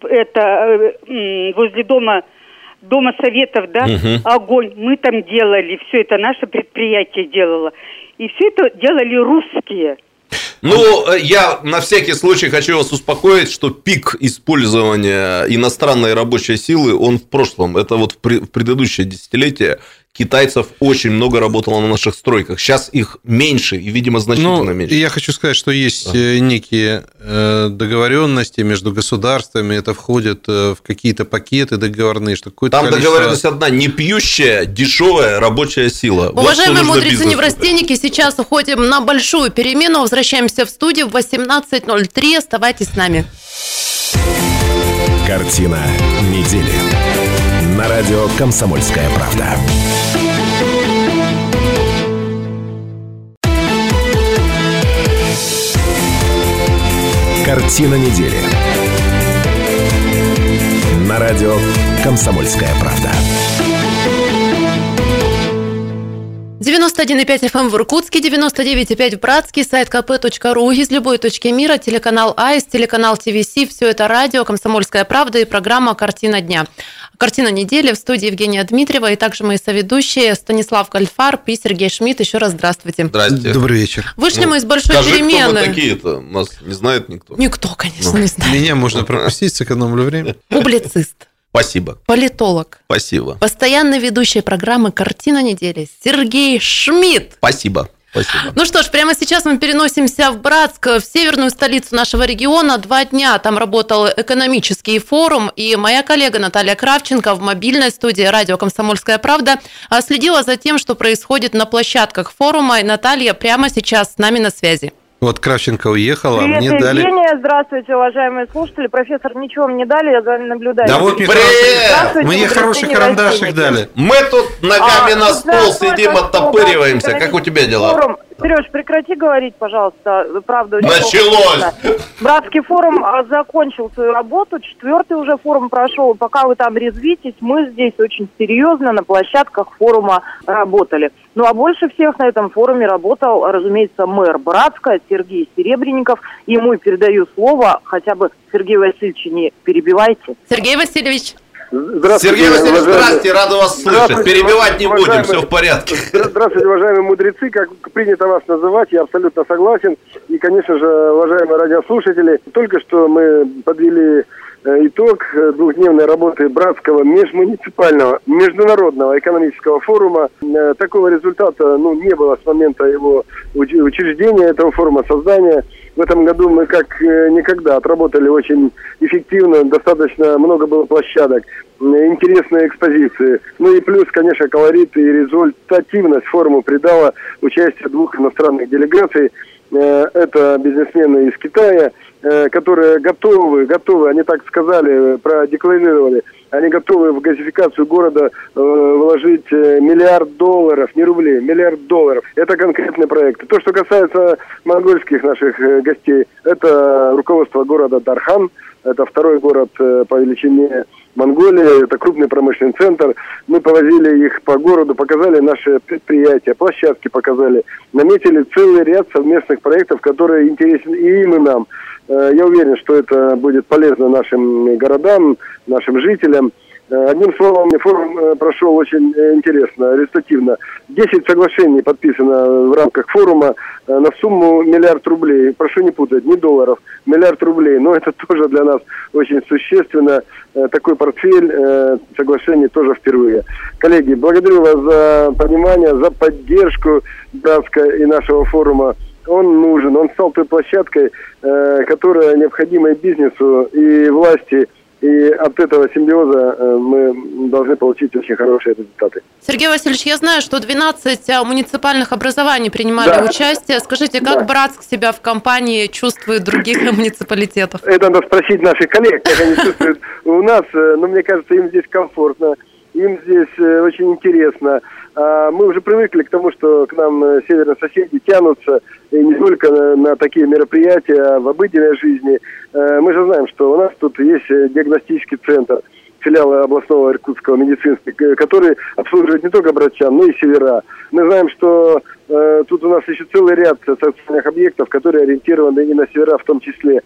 это возле дома, дома советов, да, угу. огонь, мы там делали, все это наше предприятие делало. И все это делали русские. Ну, я на всякий случай хочу вас успокоить, что пик использования иностранной рабочей силы, он в прошлом. Это вот в предыдущее десятилетие китайцев очень много работало на наших стройках. Сейчас их меньше и, видимо, значительно ну, меньше. Я хочу сказать, что есть да. некие договоренности между государствами, это входит в какие-то пакеты договорные, что какое-то Там количество... договоренность одна: не пьющая, дешевая рабочая сила. Уважаемые вот мудрецы-неврастенники, сейчас уходим на большую перемену, возвращаемся в студию в восемнадцать ноль три. Оставайтесь с нами. Картина недели. На радио «Комсомольская правда». Картина недели. На радио «Комсомольская правда». девяносто один и пять эф эм в Иркутске, девяносто девять и пять в Братске, сайт ка пэ точка ру, из любой точки мира, телеканал АИС, телеканал ти ви си, все это радио «Комсомольская правда» и программа «Картина дня». «Картина недели» в студии Евгения Дмитриева и также мои соведущие Станислав Гольфарб и Сергей Шмидт. Еще раз здравствуйте. Здравствуйте. Добрый вечер. Вышли Ну, мы из большой скажи, перемены. кто мы такие-то? Нас не знает никто. Никто, конечно, Ну. не знает. Меня можно пропустить, сэкономлю время. Публицист, Спасибо. политолог, Спасибо. постоянный ведущий программы «Картина недели» Сергей Шмидт. Спасибо. Спасибо. Ну что ж, прямо сейчас мы переносимся в Братск, в северную столицу нашего региона. Два дня там работал экономический форум, и моя коллега Наталья Кравченко в мобильной студии радио «Комсомольская правда» следила за тем, что происходит на площадках форума. И Наталья прямо сейчас с нами на связи. Вот Кравченко уехала, а Привет, мне дали... Евгения, здравствуйте, уважаемые слушатели. Профессор, ничего мне дали, я за вами наблюдаю. Да вот мне Привет! хороший, мне Здравствуйте, хороший Евгений карандашик Васильевич. дали. Мы тут ногами А, на тут стол знаешь, сидим, только оттопыриваемся. что Как у тебя дела? Форум. Сереж, прекрати говорить, пожалуйста. Правда, очень Началось! плохо. Братский форум а, закончил свою работу, четвертый уже форум прошел. Пока вы там резвитесь, мы здесь очень серьезно на площадках форума работали. Ну а больше всех на этом форуме работал, разумеется, мэр Братска Сергей Серебренников. Ему и передаю слово, хотя бы Сергея Васильевича не перебивайте. Сергей Васильевич. Здравствуйте, Сергей Васильевич, уважаемые- здравствуйте, рады вас слышать. Здравствуйте, Перебивать не будем, уважаемые- все в порядке. Здравствуйте, уважаемые мудрецы, как принято вас называть, я абсолютно согласен. И, конечно же, уважаемые радиослушатели, только что мы подвели э, итог э, двухдневной работы Братского межмуниципального международного экономического форума. Э, Такого результата ну, не было с момента его уч- учреждения этого форума, создания. В этом году мы как э, никогда отработали очень эффективно, достаточно много было площадок, э, интересные экспозиции. Ну и плюс, конечно, колорит и результативность форуму придала участие двух иностранных делегаций. Э, Это бизнесмены из Китая, э, которые готовы, готовы, они так сказали, продекларировали, они готовы в газификацию города э, вложить э, миллиард долларов, не рублей, миллиард долларов. Это конкретный проект. То, что касается монгольских наших э, гостей, это руководство города Дархан, это второй город э, по величине Монголии, это крупный промышленный центр. Мы повозили их по городу, показали наши предприятия, площадки показали, наметили целый ряд совместных проектов, которые интересны и им, и нам. Я уверен, что это будет полезно нашим городам, нашим жителям. Одним словом, форум прошел очень интересно, результативно. десять соглашений подписано в рамках форума на сумму миллиард рублей. Прошу не путать, не долларов, миллиард рублей. Но это тоже для нас очень существенно. Такой портфель соглашений тоже впервые. Коллеги, благодарю вас за понимание, за поддержку Братска и нашего форума. Он нужен, он стал той площадкой, которая необходима и бизнесу, и власти. И от этого симбиоза мы должны получить очень хорошие результаты. Сергей Васильевич, я знаю, что двенадцать муниципальных образований принимали Да. участие. Скажите, как Да. Братск себя в компании чувствует других муниципалитетов? Это надо спросить наших коллег, как они чувствуют у нас. Но мне кажется, им здесь комфортно, им здесь очень интересно. Мы уже привыкли к тому, что к нам северные соседи тянутся, и не только на, на такие мероприятия, а в обыденной жизни. Мы же знаем, что у нас тут есть диагностический центр, филиал областного иркутского медицинского, который обслуживает не только братчан, но и севера. Мы знаем, что э, тут у нас еще целый ряд социальных объектов, которые ориентированы и на севера в том числе.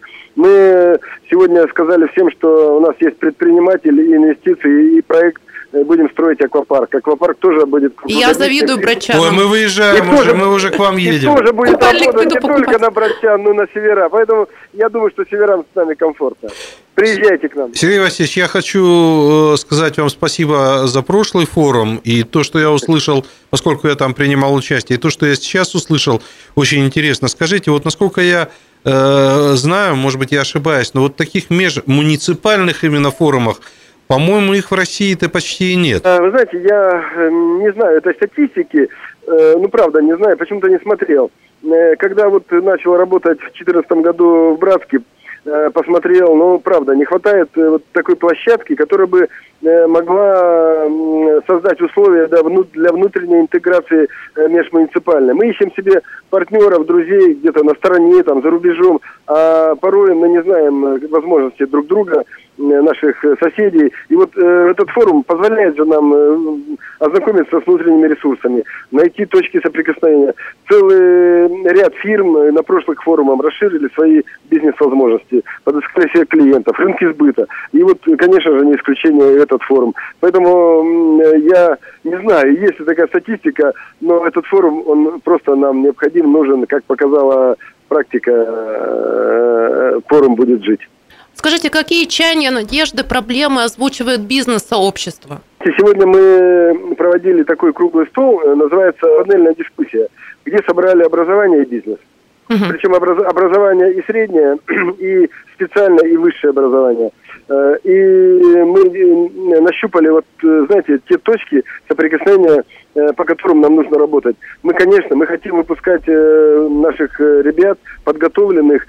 Мы сегодня сказали всем, что у нас есть предприниматели, и инвестиции, и проект. Будем строить аквапарк. Аквапарк тоже будет... Я завидую братчанам. Ой, мы выезжаем И уже, тоже- мы уже к вам И едем. тоже будет Купальник работать буду не покупать. только на братчан, но и на севера. Поэтому я думаю, что северам с нами комфортно. Приезжайте к нам. Сергей Васильевич, я хочу э, сказать вам спасибо за прошлый форум, и то, что я услышал, поскольку я там принимал участие, и то, что я сейчас услышал, очень интересно. Скажите, вот насколько я э, знаю, может быть, я ошибаюсь, но вот таких межмуниципальных именно форумах, по-моему, их в России-то почти и нет. А, Вы знаете, я э, не знаю этой статистики, э, ну правда, не знаю, почему-то не смотрел. Э, Когда вот начал работать в две тысячи четырнадцатом году в Братске, посмотрел, ну, правда, не хватает вот такой площадки, которая бы могла создать условия для внутренней интеграции межмуниципальной. Мы ищем себе партнеров, друзей где-то на стороне, там, за рубежом, а порой мы не знаем возможности друг друга, наших соседей. И вот э, этот форум позволяет же нам э, ознакомиться с внутренними ресурсами, найти точки соприкосновения. Целый ряд фирм на прошлых форумах расширили свои бизнес-возможности, подыскали себе клиентов, рынки сбыта. И вот, конечно же, не исключение этот форум. Поэтому э, я не знаю, есть ли такая статистика, но этот форум, он просто нам необходим, нужен, как показала практика, э, форум будет жить. Скажите, какие чаяния, надежды, проблемы озвучивает бизнес-сообщество? Сегодня мы проводили такой круглый стол, называется «Панельная дискуссия», где собрали образование и бизнес. Uh-huh. Причем образ- образование и среднее, и специальное, и высшее образование. И мы нащупали, вот, знаете, те точки соприкосновения, по которым нам нужно работать. Мы, конечно, мы хотим выпускать наших ребят, подготовленных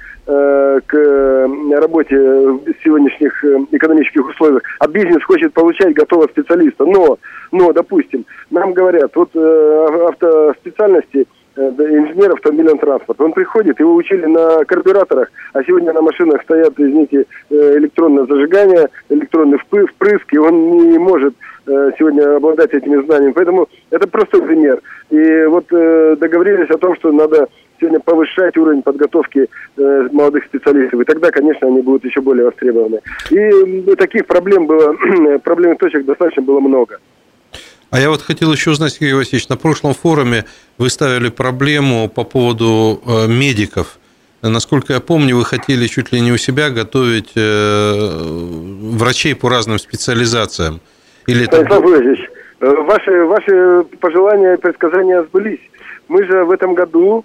к работе в сегодняшних экономических условиях, а бизнес хочет получать готового специалиста. Но, но, допустим, нам говорят, вот автоспециальности, инженер автомобильного транспорта. Он приходит, его учили на карбюраторах, а сегодня на машинах стоят, извините, электронное зажигание, электронный впрыск, и он не может сегодня обладать этими знаниями. Поэтому это простой пример. И вот договорились о том, что надо сегодня повышать уровень подготовки молодых специалистов. И тогда, конечно, они будут еще более востребованы. И таких проблем было, проблемных точек достаточно было много. А я вот хотел еще узнать, Сергей Васильевич, на прошлом форуме вы ставили проблему по поводу медиков. Насколько я помню, вы хотели чуть ли не у себя готовить врачей по разным специализациям. Или это... Станислав Владимирович, ваши, ваши пожелания и предсказания сбылись. Мы же в этом году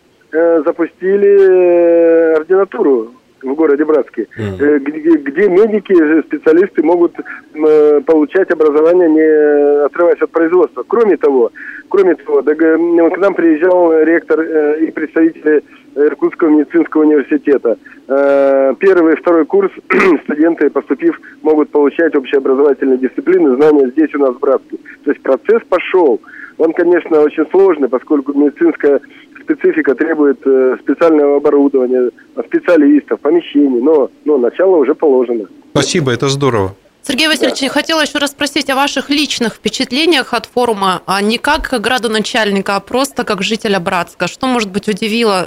запустили ординатуру в городе Братске, mm. где, где медики, специалисты могут э, получать образование, не отрываясь от производства. Кроме того, кроме того, да, к нам приезжал ректор э, и представители Иркутского медицинского университета. Э, первый и второй курс студенты, поступив, могут получать общеобразовательные дисциплины, знания здесь у нас в Братске. То есть процесс пошел. Он, конечно, очень сложный, поскольку медицинская специфика требует специального оборудования, специалистов, помещений, но, но начало уже положено. Спасибо, это здорово. Сергей Васильевич, да. Хотела еще раз спросить о ваших личных впечатлениях от форума, а не как градоначальника, а просто как жителя Братска. Что, может быть, удивило?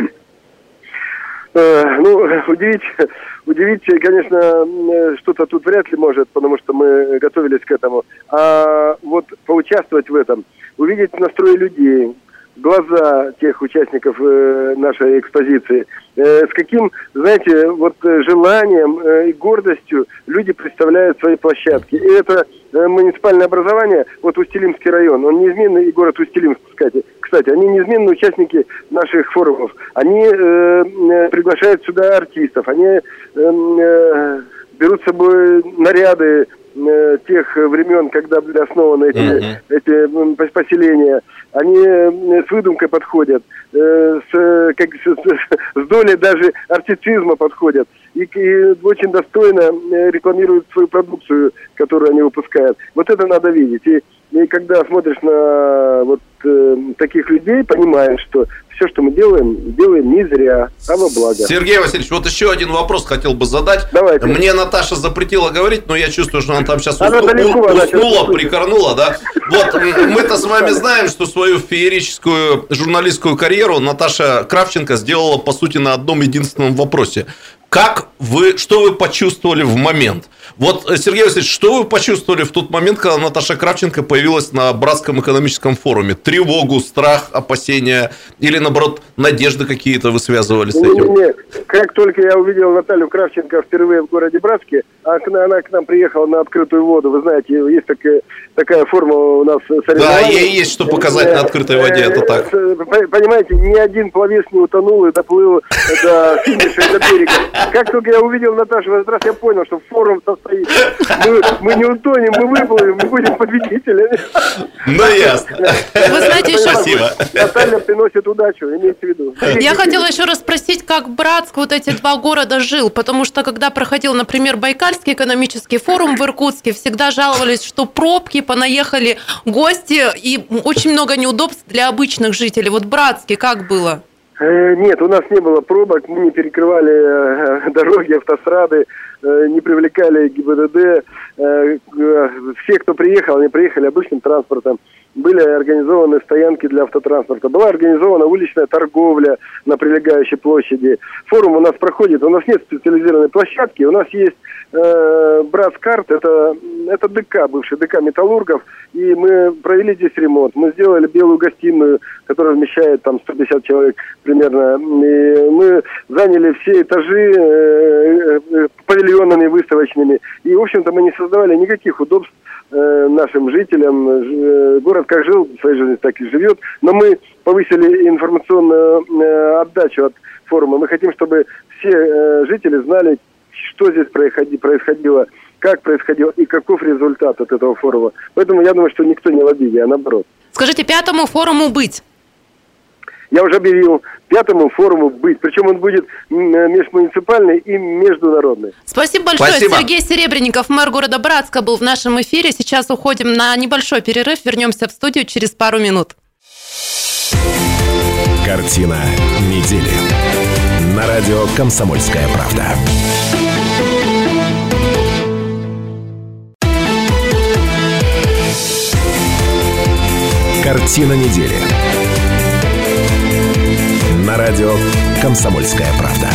Ну, удивить, удивить, конечно, что-то тут вряд ли может, потому что мы готовились к этому. А вот поучаствовать в этом, увидеть настрой людей, глаза тех участников э, нашей экспозиции, э, с каким, знаете, вот желанием э, и гордостью люди представляют свои площадки. И это э, муниципальное образование, вот Усть-Илимский район, он неизменный, и город Усть-Илимск, кстати, кстати, они неизменные участники наших форумов. Они э, э, приглашают сюда артистов, они э, э, берут с собой наряды тех времен, когда были основаны эти, uh-huh. эти поселения. Они с выдумкой подходят, с, как, с, с долей даже артистизма подходят. И, и очень достойно рекламируют свою продукцию, которую они выпускают. Вот это надо видеть. И, и когда смотришь на вот э, таких людей, понимаешь, что все, что мы делаем, делаем не зря, а во благо. Сергей Васильевич, вот еще один вопрос хотел бы задать. Давайте. Мне Наташа запретила говорить, но я чувствую, что она там сейчас она усну... далеко, уснула, она прикорнула, да? Вот, мы-то с вами знаем, что свою феерическую журналистскую карьеру Наташа Кравченко сделала, по сути, на одном единственном вопросе. Как вы, что вы почувствовали в момент? Вот, Сергей Васильевич, что вы почувствовали в тот момент, когда Наташа Кравченко появилась на Братском экономическом форуме? Тревогу, страх, опасения или, наоборот, надежды какие-то вы связывали с этим? Не, не, не. Как только я увидел Наталью Кравченко впервые в городе Братске, а она к нам приехала на открытую воду, вы знаете, есть такая, такая форма у нас соревнований. Да, ей есть что показать на открытой воде, это так. Понимаете, ни один пловец не утонул и доплыл до финиша, до берега. Как только я увидел Наташу в этот раз, я понял, что форум стоит. Мы, мы не утонем, мы выплывем, мы будем победителями. Ну, ясно. Вы знаете, еще... Спасибо. Наталья приносит удачу, имейте в виду. Я хотела еще раз спросить, как Братск вот эти два города жил, потому что когда проходил, например, Байкальский экономический форум в Иркутске, всегда жаловались, что пробки, понаехали гости и очень много неудобств для обычных жителей. Вот в Братске как было? Нет, у нас не было пробок, мы не перекрывали дороги, автострады, не привлекали ГИБДД. Все, кто приехал, они приехали обычным транспортом. Были организованы стоянки для автотранспорта. Была организована уличная торговля на прилегающей площади. Форум у нас проходит, у нас нет специализированной площадки, у нас есть э, Братскарт, это, это ДК, бывший ДК металлургов, и мы провели здесь ремонт. Мы сделали белую гостиную, которая вмещает там сто пятьдесят человек примерно. И мы заняли все этажи э, э, павильонами выставочными. И, в общем-то, мы не создавали никаких удобств нашим жителям. Город как жил своей жизнью, так и живет. Но мы повысили информационную отдачу от форума. Мы хотим, чтобы все жители знали, что здесь происходило, как происходило и каков результат от этого форума. Поэтому я думаю, что никто не в обиде, а наоборот. Скажите, пятому форуму быть? Я уже объявил, пятому форуму быть. Причем он будет межмуниципальный и международный. Спасибо большое. Спасибо. Сергей Серебренников, мэр города Братска, был в нашем эфире. Сейчас уходим на небольшой перерыв. Вернемся в студию через пару минут. Картина недели. На радио «Комсомольская правда». Картина недели. На радио «Комсомольская правда».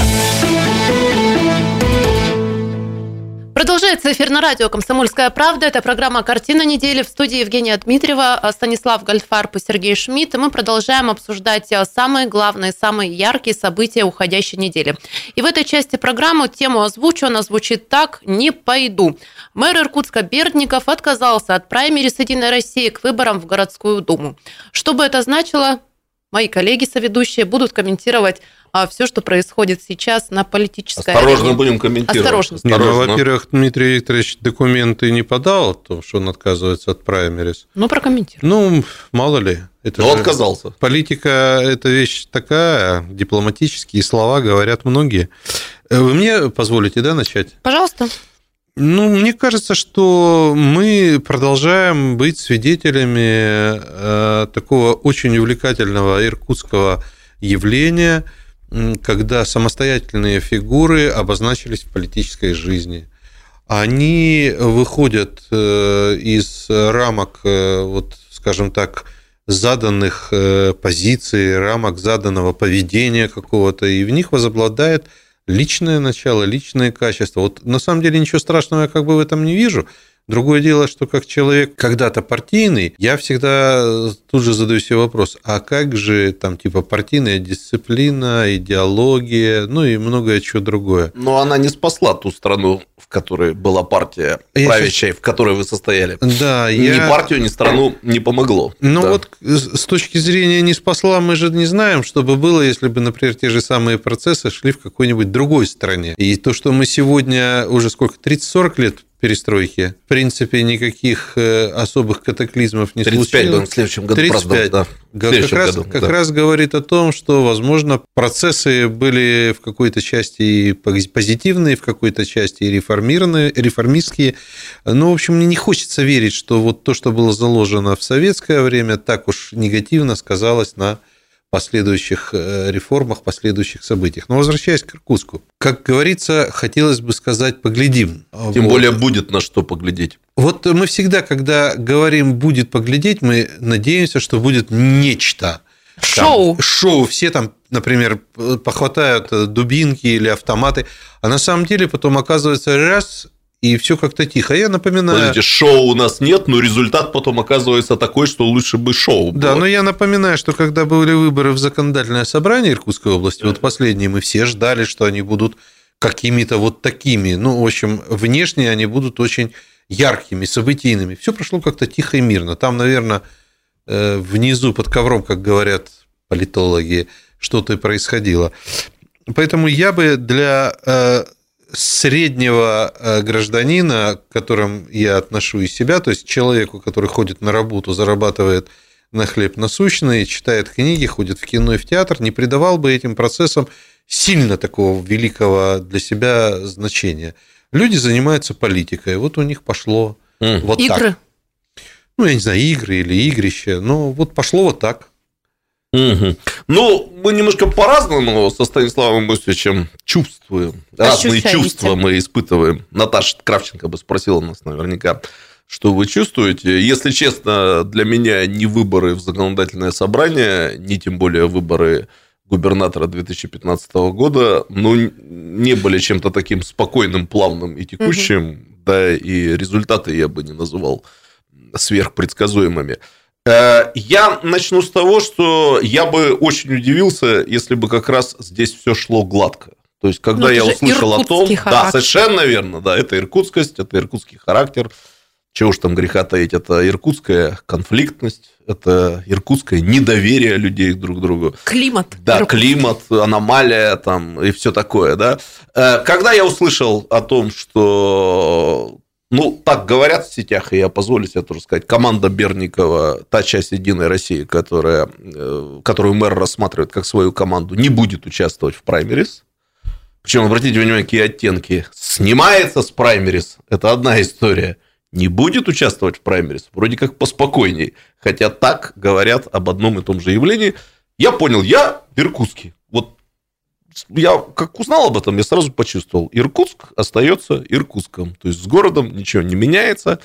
Продолжается эфир на радио «Комсомольская правда». Это программа «Картина недели». В студии Евгения Дмитриева, Станислав Гольдфарб и Сергей Шмидт. И мы продолжаем обсуждать самые главные, самые яркие события уходящей недели. И в этой части программы тему озвучу. Она звучит так: «Не пойду». Мэр Иркутска Бердников отказался от праймериз «Единой России» к выборам в городскую думу. Что бы это значило? Мои коллеги-соведущие будут комментировать а, все, что происходит сейчас на политической арене. Осторожно будем комментировать. Осторожно. Осторожно. Ну, во-первых, Дмитрий Викторович документы не подал о том, что он отказывается от праймериз. Ну, прокомментируй. Ну, мало ли. Это Но отказался. Политика – это вещь такая, дипломатические слова говорят многие. Вы мне позволите, да, начать? Пожалуйста. Ну, мне кажется, что мы продолжаем быть свидетелями э, такого очень увлекательного иркутского явления, когда самостоятельные фигуры обозначились в политической жизни. Они выходят э, из рамок, э, вот, скажем так, заданных э, позиций, рамок заданного поведения какого-то, и в них возобладает личное начало, личные качества. Вот на самом деле ничего страшного я как бы в этом не вижу. Другое дело, что как человек когда-то партийный, я всегда тут же задаю себе вопрос, а как же там типа партийная дисциплина, идеология, ну и многое чего другое. Но она не спасла ту страну, в которой была партия Я правящая, сейчас... в которой вы состояли. Да, ни я... партию, ни страну не помогло. Ну да. Вот с точки зрения не спасла, мы же не знаем, что бы было, если бы, например, те же самые процессы шли в какой-нибудь другой стране. И то, что мы сегодня уже сколько, тридцать-сорок лет перестройки, в принципе, никаких особых катаклизмов не тридцать пять случилось. В следующем году тридцать пять да. В следующем как, раз, году, как да. раз говорит о том, что, возможно, процессы были в какой-то части и позитивные, в какой-то части и реформированные, реформистские. Но, в общем, мне не хочется верить, что вот то, что было заложено в советское время, так уж негативно сказалось на последующих реформах, последующих событиях. Но возвращаясь к Иркутску, как говорится, хотелось бы сказать, поглядим. Тем вот. более будет на что поглядеть. Вот мы всегда, когда говорим «будет поглядеть», мы надеемся, что будет нечто. Шоу. Там, шоу. Все там, например, похватают дубинки или автоматы, а на самом деле потом оказывается раз – и все как-то тихо. Я напоминаю... Подождите, шоу у нас нет, но результат потом оказывается такой, что лучше бы шоу было. Да, но я напоминаю, что когда были выборы в законодательное собрание Иркутской области, вот последние, мы все ждали, что они будут какими-то вот такими. Ну, в общем, внешне они будут очень яркими, событийными. Все прошло как-то тихо и мирно. Там, наверное, внизу под ковром, как говорят политологи, что-то и происходило. Поэтому я бы для среднего гражданина, к которым я отношу и себя, то есть человеку, который ходит на работу, зарабатывает на хлеб насущный, читает книги, ходит в кино и в театр, не придавал бы этим процессам сильно такого великого для себя значения. Люди занимаются политикой, вот у них пошло mm. вот игры. так. Ну, я не знаю, игры или игрища, но вот пошло вот так. Угу. Ну, мы немножко по-разному со Станиславом Иосифовичем чувствуем. Разные Ощущаете. чувства мы испытываем. Наташа Кравченко бы спросила нас наверняка, что вы чувствуете. Если честно, для меня ни выборы в законодательное собрание, ни тем более выборы губернатора две тысячи пятнадцатого года, ну, не были чем-то таким спокойным, плавным и текущим, угу. да, и результаты я бы не называл сверхпредсказуемыми. Я начну с того, что я бы очень удивился, если бы как раз здесь все шло гладко. То есть, когда я услышал о том... Характер. Да, совершенно верно, да, это иркутскость, это иркутский характер. Чего уж там греха таить, это иркутская конфликтность, это иркутское недоверие людей друг к другу. Климат. Да, климат, аномалия там и все такое, да. Когда я услышал о том, что... Ну, так говорят в сетях, и я позволю себе тоже сказать, команда Берникова, та часть «Единой России», которая, которую мэр рассматривает как свою команду, не будет участвовать в праймерис. Причем, обратите внимание, какие оттенки. Снимается с праймерис, это одна история. Не будет участвовать в праймерис, вроде как поспокойней. Хотя так говорят об одном и том же явлении. Я понял, я в Иркутске. Вот я как узнал об этом, я сразу почувствовал, Иркутск остается Иркутском. То есть с городом ничего не меняется.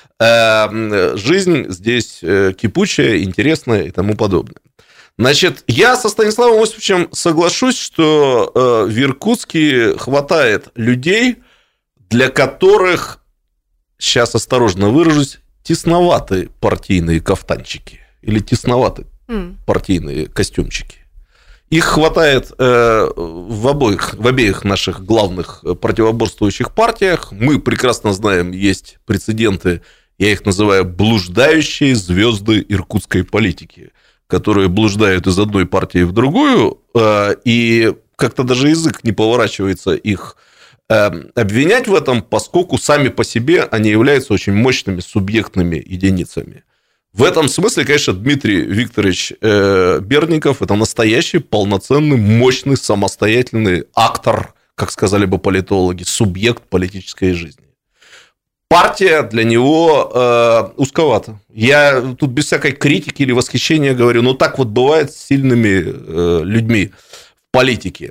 Жизнь здесь кипучая, интересная и тому подобное. Значит, я со Станиславом Иосифовичем соглашусь, что в Иркутске хватает людей, для которых, сейчас осторожно выражусь, тесноваты партийные кафтанчики или тесноваты mm. партийные костюмчики. Их хватает э, в, обоих, в обеих наших главных противоборствующих партиях. Мы прекрасно знаем, есть прецеденты, я их называю блуждающие звезды иркутской политики, которые блуждают из одной партии в другую, э, и как-то даже язык не поворачивается их э, обвинять в этом, поскольку сами по себе они являются очень мощными субъектными единицами. В этом смысле, конечно, Дмитрий Викторович Берников – это настоящий, полноценный, мощный, самостоятельный актор, как сказали бы политологи, субъект политической жизни. Партия для него э, узковата. Я тут без всякой критики или восхищения говорю, но так вот бывает с сильными э, людьми в политике.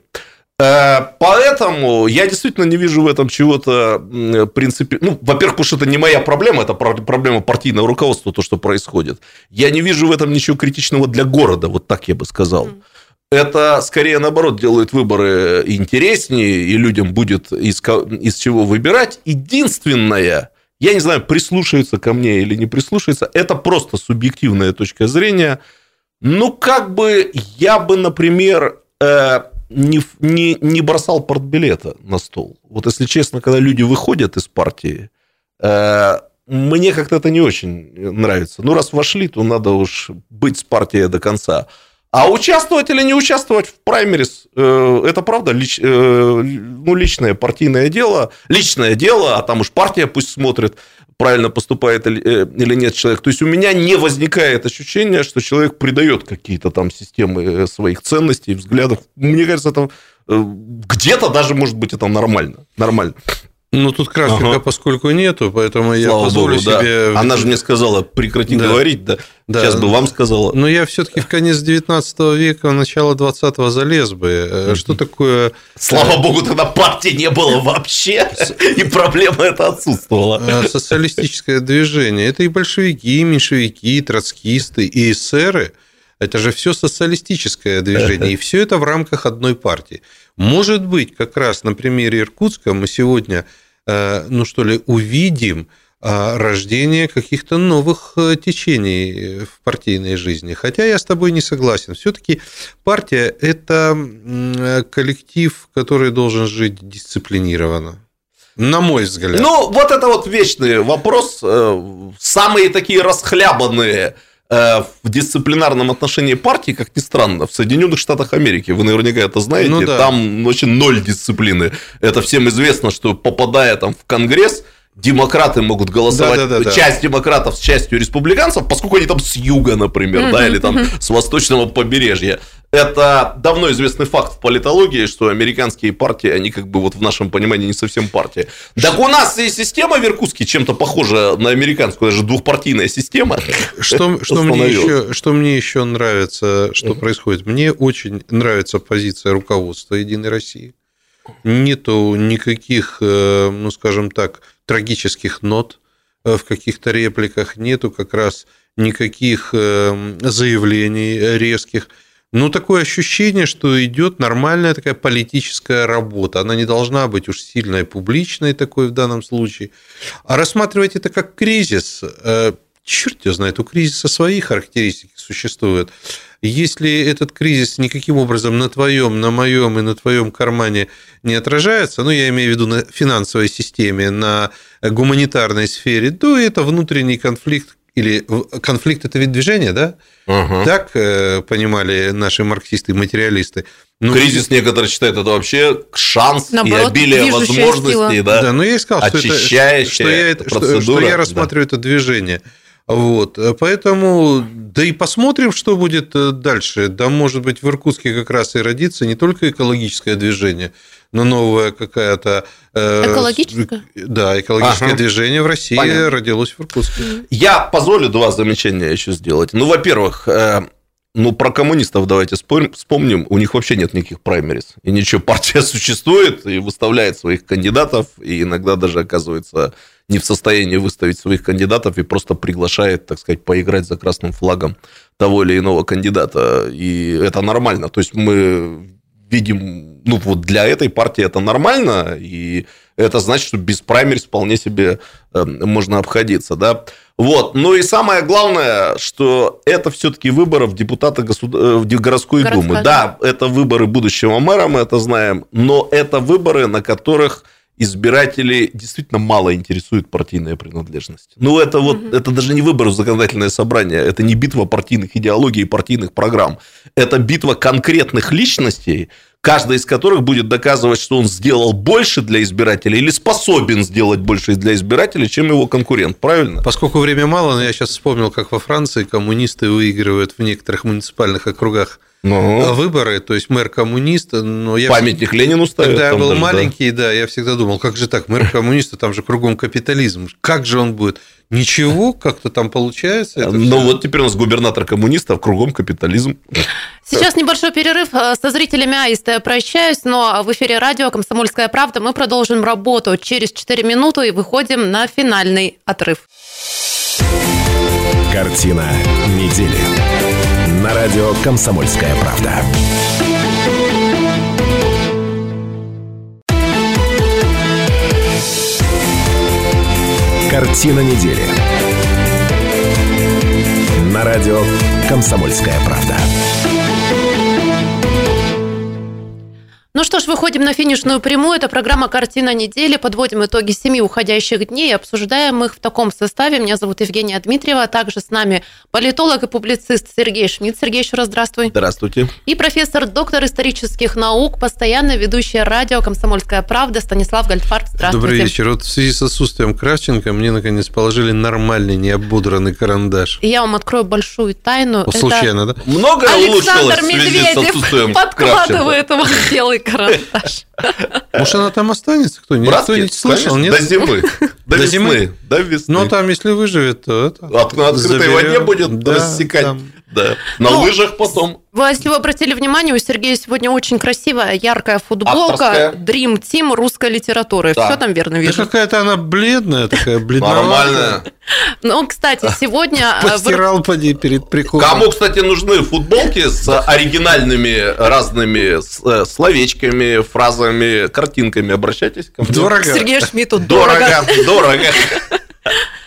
Поэтому я действительно не вижу в этом чего-то принципиального. Ну, во-первых, потому что это не моя проблема, это проблема партийного руководства, то, что происходит. Я не вижу в этом ничего критичного для города, вот так я бы сказал. Mm. Это, скорее, наоборот, делает выборы интереснее, и людям будет из, из чего выбирать. Единственное, я не знаю, прислушаются ко мне или не прислушаются, это просто субъективная точка зрения. Ну, как бы я бы, например... Не, не, не бросал портбилета на стол. Вот если честно, когда люди выходят из партии, э, мне как-то это не очень нравится. Ну, раз вошли, то надо уж быть с партией до конца. А участвовать или не участвовать в праймерис, э, это правда лич, э, ну, личное партийное дело. Личное дело, а там уж партия пусть смотрит, правильно поступает или нет человек. То есть у меня не возникает ощущения, что человек придает какие-то там системы своих ценностей, взглядов. Мне кажется, это где-то даже, может быть, это нормально. Нормально. Ну, тут Кравченко, ага. поскольку нету, поэтому Слава я позволю Богу, себе... Да. Она же мне сказала, прекрати да. говорить, да. да. Сейчас бы вам сказала. Но я все-таки в конец девятнадцатого века, начало двадцатого залез бы. Что такое... Слава Богу, тогда партии не было вообще, и проблема эта отсутствовала. Социалистическое движение. Это и большевики, и меньшевики, и троцкисты, и эсеры. Это же все социалистическое движение, и все это в рамках одной партии. Может быть, как раз на примере Иркутска мы сегодня, ну что ли, увидим рождение каких-то новых течений в партийной жизни. Хотя я с тобой не согласен. Все-таки партия – это коллектив, который должен жить дисциплинированно. На мой взгляд. Ну, вот это вот вечный вопрос. Самые такие расхлябанные в дисциплинарном отношении партии, как ни странно, в Соединенных Штатах Америки, вы наверняка это знаете, ну, да. Там очень ноль дисциплины. Это всем известно, что попадая там в Конгресс, демократы могут голосовать, да, да, да, часть да. демократов с частью республиканцев, поскольку они там с юга, например, mm-hmm. да, или там mm-hmm. с восточного побережья. Это давно известный факт в политологии, что американские партии, они как бы вот в нашем понимании не совсем партии. Так у нас и система в Иркутске чем-то похожа на американскую, даже двухпартийная система. Что, что, мне, еще, что мне еще нравится, что uh-huh. происходит? Мне очень нравится позиция руководства «Единой России». Нету никаких, ну, скажем так, трагических нот в каких-то репликах, нету как раз никаких заявлений резких. Ну, такое ощущение, что идет нормальная такая политическая работа. Она не должна быть уж сильной, публичной такой в данном случае. А рассматривать это как кризис, черт его знает, у кризиса свои характеристики существуют. Если этот кризис никаким образом на твоем, на моем и на твоем кармане не отражается, ну, я имею в виду на финансовой системе, на гуманитарной сфере, то это внутренний конфликт, или конфликт – это вид движения, да? Угу. Так понимали наши марксисты и материалисты. Ну, кризис некоторые считают это вообще шанс, наоборот, и обилие возможностей, да? Да, но я и сказал, что, это, что, я, это, что, что я рассматриваю да. это движение. Вот, поэтому, да и посмотрим, что будет дальше. Да, может быть, в Иркутске как раз и родится не только экологическое движение, но новая какая-то... Экологическое? Э, да, экологическое ага. движение в России Понятно. родилось в Иркутске. Я позволю два замечания еще сделать. Ну, во-первых, э, ну, про коммунистов давайте вспомним. У них вообще нет никаких праймерис. И ничего, партия существует и выставляет своих кандидатов, и иногда даже оказывается не в состоянии выставить своих кандидатов и просто приглашает, так сказать, поиграть за красным флагом того или иного кандидата. И это нормально. То есть мы видим, ну, вот для этой партии это нормально, и это значит, что без праймерис вполне себе можно обходиться, да. Вот. Ну и самое главное, что это все-таки выборы в депутаты госуд... в городской Городская. думы. Да, это выборы будущего мэра, мы это знаем, но это выборы, на которых избирателей действительно мало интересует партийная принадлежность. Ну, это вот, mm-hmm. это даже не выборы в законодательное собрание, это не битва партийных идеологий и партийных программ. Это битва конкретных личностей, каждый из которых будет доказывать, что он сделал больше для избирателей или способен сделать больше для избирателей, чем его конкурент. Правильно? Поскольку время мало, но я сейчас вспомнил, как во Франции коммунисты выигрывают в некоторых муниципальных округах ну, выборы, то есть мэр коммунист. Но я памятник всегда, Ленину ставят. Когда я был даже, маленький, да. да, я всегда думал, как же так, мэр коммуниста, там же кругом капитализм, как же он будет? Ничего, как-то там получается. Ну вот теперь у нас губернатор коммунистов, кругом капитализм. Сейчас небольшой перерыв. Со зрителями Аиста я прощаюсь, но в эфире радио «Комсомольская правда» мы продолжим работу через четыре минуты и выходим на финальный отрыв. Картина недели. На радио «Комсомольская правда». Картина недели. На радио «Комсомольская правда». Ну что ж, выходим на финишную прямую. Это программа «Картина недели». Подводим итоги семи уходящих дней и обсуждаем их в таком составе. Меня зовут Евгения Дмитриева. Также с нами политолог и публицист Сергей Шмидт. Сергей, еще раз здравствуй. Здравствуйте. И профессор, доктор исторических наук, постоянно ведущая радио «Комсомольская правда» Станислав Гольдфарб. Здравствуйте. Добрый вечер. Вот в связи с отсутствием Кравченко мне, наконец, положили нормальный, неободранный карандаш. И я вам открою большую тайну. О, случайно, Это да? Много Александр Медведев подкладывает его в белый карандаш. Может, она там останется? Кто? Никто не слышал? Нет? До зимы. До, до зимы. До весны. Ну, там, если выживет, то это... От, на открытой воде будет да, рассекать. Там... Да. На ну, лыжах потом. Вы, если вы обратили внимание, у Сергея сегодня очень красивая, яркая футболка. Авторская. Dream Team русской литературы. Да. Все там верно вижу? Да какая-то она бледная, такая бледноватая. Нормальная. Ну, кстати, сегодня... Постирал, поди, перед приколом. Кому, кстати, нужны футболки с оригинальными разными словечками, фразами, картинками, обращайтесь ко мне. Дорого. К Сергею Шмидту. Дорого. Дорого.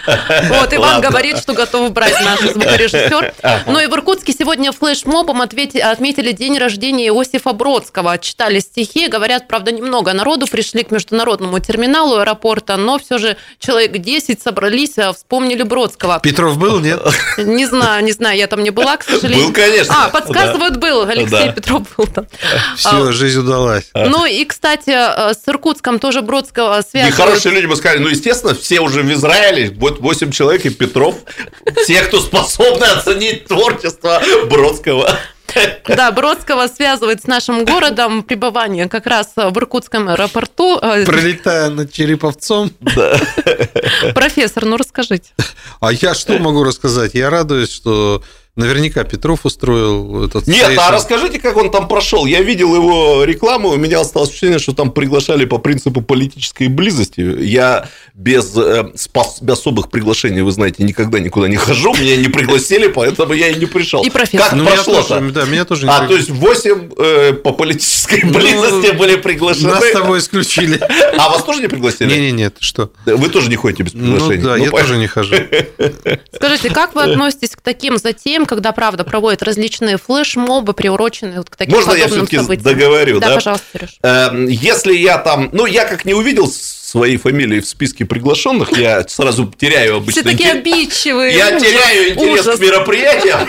Вот, Иван говорит, что готов брать наш звукорежиссер. Ну и в Иркутске сегодня флешмобом отметили день рождения Иосифа Бродского. Читали стихи, говорят, правда, немного народу пришли к международному терминалу аэропорта, но все же человек десять собрались, вспомнили Бродского. Петров был, нет? Не знаю, не знаю, я там не была, к сожалению. Был, конечно. А, подсказывают, был. Алексей Петров был там. Все, жизнь удалась. Ну и, кстати, с Иркутском тоже Бродского связывают. Нехорошие люди бы сказали, ну, естественно, все уже в Израиле, вот восемь человек и Петров, все, кто способны оценить творчество Бродского. Да, Бродского связывает с нашим городом пребывание как раз в Иркутском аэропорту. Пролетая над Череповцом. Да. Профессор, ну расскажите. А я что могу рассказать? Я радуюсь, что наверняка Петров устроил этот... Нет, сейшн. а расскажите, как он там прошел. Я видел его рекламу, у меня осталось впечатление, что там приглашали по принципу политической близости. Я без, э, без особых приглашений, вы знаете, никогда никуда не хожу, меня не пригласили, поэтому я и не пришел. И профессор. Как ну, прошло-то? Меня тоже, да, меня тоже не А, пригла... то есть восемь э, по политической близости ну, были приглашены. Нас с тобой исключили. А вас тоже не пригласили? Не-не, нет, что? Вы тоже не ходите без приглашения? Ну да, ну, я понятно. тоже не хожу. Скажите, как вы относитесь к таким затеям, когда, правда, проводят различные флешмобы, приуроченные вот к таким Можно я подобным все-таки событиям? договорю? Да, Да, пожалуйста, Сереж. Если я там... Ну, я как не увидел своей фамилии в списке приглашенных, я сразу теряю обычно... Все такие интерес. обидчивые. Я ужас, теряю интерес ужас. к мероприятиям,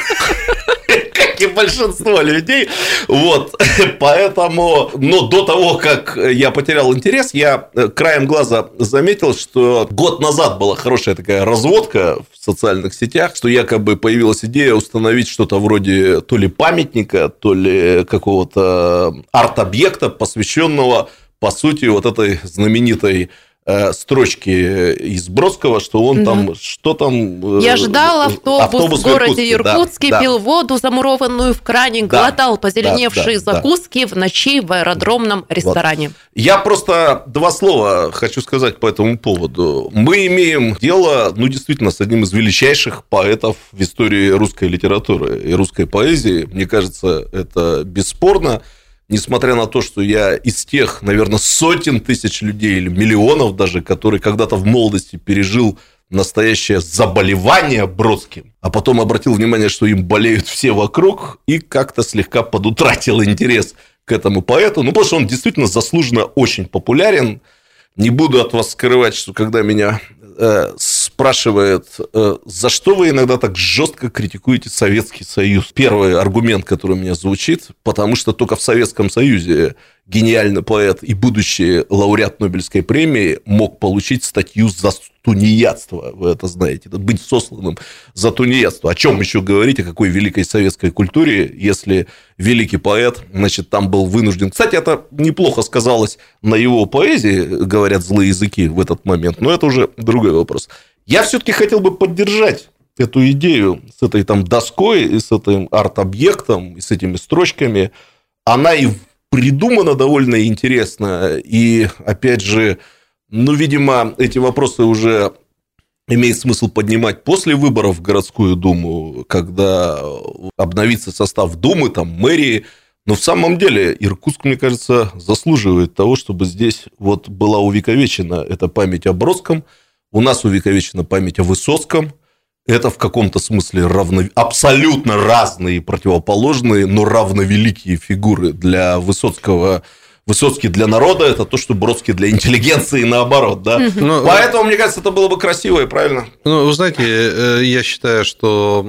как и большинство людей. Вот, поэтому... Но до того, как я потерял интерес, я краем глаза заметил, что год назад была хорошая такая разводка в социальных сетях, что якобы появилась идея установить что-то вроде то ли памятника, то ли какого-то арт-объекта, посвященного, по сути, вот этой знаменитой строчки из Бродского, что он там, да. что там... Я ждал автобус, автобус в городе Иркутске, да, пил да. воду, замурованную в кране, да, глотал позеленевшие да, да, закуски да. в ночи в аэродромном ресторане. Вот. Я просто два слова хочу сказать по этому поводу. Мы имеем дело, ну, действительно, с одним из величайших поэтов в истории русской литературы и русской поэзии. Мне кажется, это бесспорно. Несмотря на то, что я из тех, наверное, сотен тысяч людей или миллионов даже, которые когда-то в молодости пережил настоящее заболевание Бродским, а потом обратил внимание, что им болеют все вокруг, и как-то слегка подутратил интерес к этому поэту. Ну, потому что он действительно заслуженно очень популярен. Не буду от вас скрывать, что когда меня э, спрашивают, э, за что вы иногда так жестко критикуете Советский Союз, первый аргумент, который у меня звучит, потому что только в Советском Союзе гениальный поэт и будущий лауреат Нобелевской премии мог получить статью за тунеядство, вы это знаете, быть сосланным за тунеядство. О чем еще говорить, о какой великой советской культуре, если великий поэт, значит, там был вынужден... Кстати, это неплохо сказалось на его поэзии, говорят злые языки в этот момент, но это уже другой вопрос. Я все-таки хотел бы поддержать эту идею с этой там доской, и с этим арт-объектом, и с этими строчками. Она и придумана довольно интересно, и, опять же, ну, видимо, эти вопросы уже имеет смысл поднимать после выборов в городскую думу, когда обновится состав думы, там, мэрии. Но в самом деле Иркутск, мне кажется, заслуживает того, чтобы здесь вот была увековечена эта память о Бродском, у нас увековечена память о Высоцком. Это в каком-то смысле равно... абсолютно разные, противоположные, но равновеликие фигуры. Для Высоцкого... Высоцкий для народа – это то, что Бродский для интеллигенции, и наоборот. Да? Ну, поэтому, мне кажется, это было бы красиво и правильно. Ну, вы знаете, я считаю, что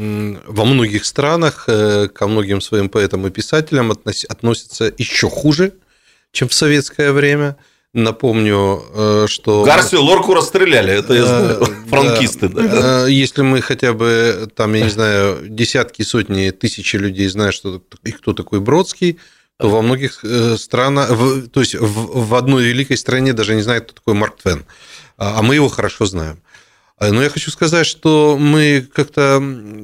во многих странах ко многим своим поэтам и писателям относятся еще хуже, чем в советское время. Напомню, что... Гарсию Лорку расстреляли, это я знаю, франкисты. Да. Да. Если мы хотя бы, там, я не знаю, десятки, сотни, тысячи людей знают, что и кто такой Бродский, то во многих странах, то есть в одной великой стране даже не знают, кто такой Марк Твен, а мы его хорошо знаем. Но я хочу сказать, что мы как-то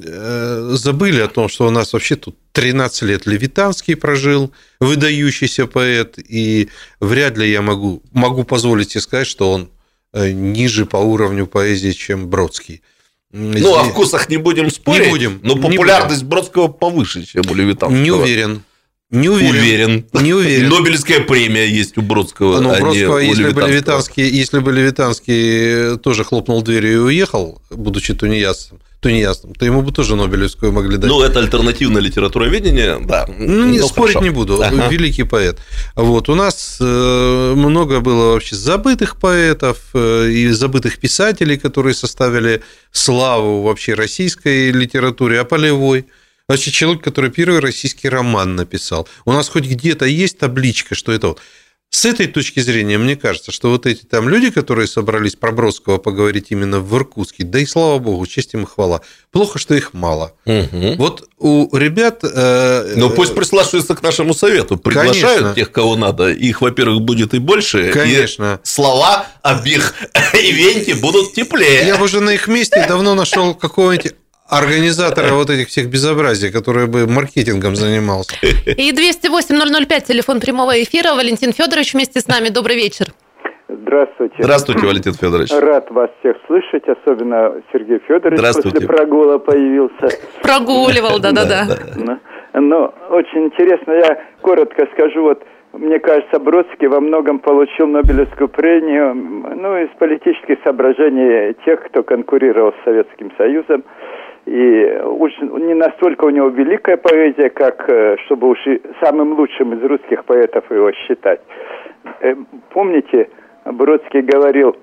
забыли о том, что у нас вообще тут тринадцать лет Левитанский прожил, выдающийся поэт, и вряд ли я могу, могу позволить себе сказать, что он ниже по уровню поэзии, чем Бродский. Ну, Здесь... о вкусах не будем спорить, не будем, но популярность будем. Бродского повыше, чем у Левитанского. Не уверен. Не уверен. Уверен. Не уверен. Нобелевская премия есть у Бродского. Ну, а Бродского, не у если бы Левитанского. Левитанский, если бы Левитанский тоже хлопнул дверью и уехал, будучи тунеядцем, тунеядцем, то ему бы тоже Нобелевскую могли дать. Ну, это альтернативное литературоведение, да. Ну, не, ну, спорить хорошо. не буду. Ага. Великий поэт. Вот. У нас э, много было вообще забытых поэтов э, и забытых писателей, которые составили славу вообще российской литературе, а полевой. Значит, человек, который первый российский роман написал. У нас хоть где-то есть табличка, что это вот. С этой точки зрения, мне кажется, что вот эти там люди, которые собрались про Бродского поговорить именно в Иркутске, да и слава богу, честь им и хвала. Плохо, что их мало. Угу. Вот у ребят... Э, ну, пусть прислушиваются к нашему совету. Приглашают конечно. Тех, кого надо. Их, во-первых, будет и больше. Конечно. И слова об их ивенте будут теплее. Я бы уже на их месте давно нашел какого-нибудь... организатора вот этих всех безобразий, который бы маркетингом занимался. И двести восемь ноль ноль пять, телефон прямого эфира. Валентин Федорович вместе с нами. Добрый вечер. Здравствуйте. Здравствуйте, Валентин Федорович. Рад вас всех слышать, особенно Сергей Федорович после прогула появился. Прогуливал, да-да-да. Ну, очень интересно, я коротко скажу, вот мне кажется, Бродский во многом получил Нобелевскую премию, ну, из политических соображений тех, кто конкурировал с Советским Союзом. И уж не настолько у него великая поэзия, как чтобы уж и самым лучшим из русских поэтов его считать. Помните, Бродский говорил,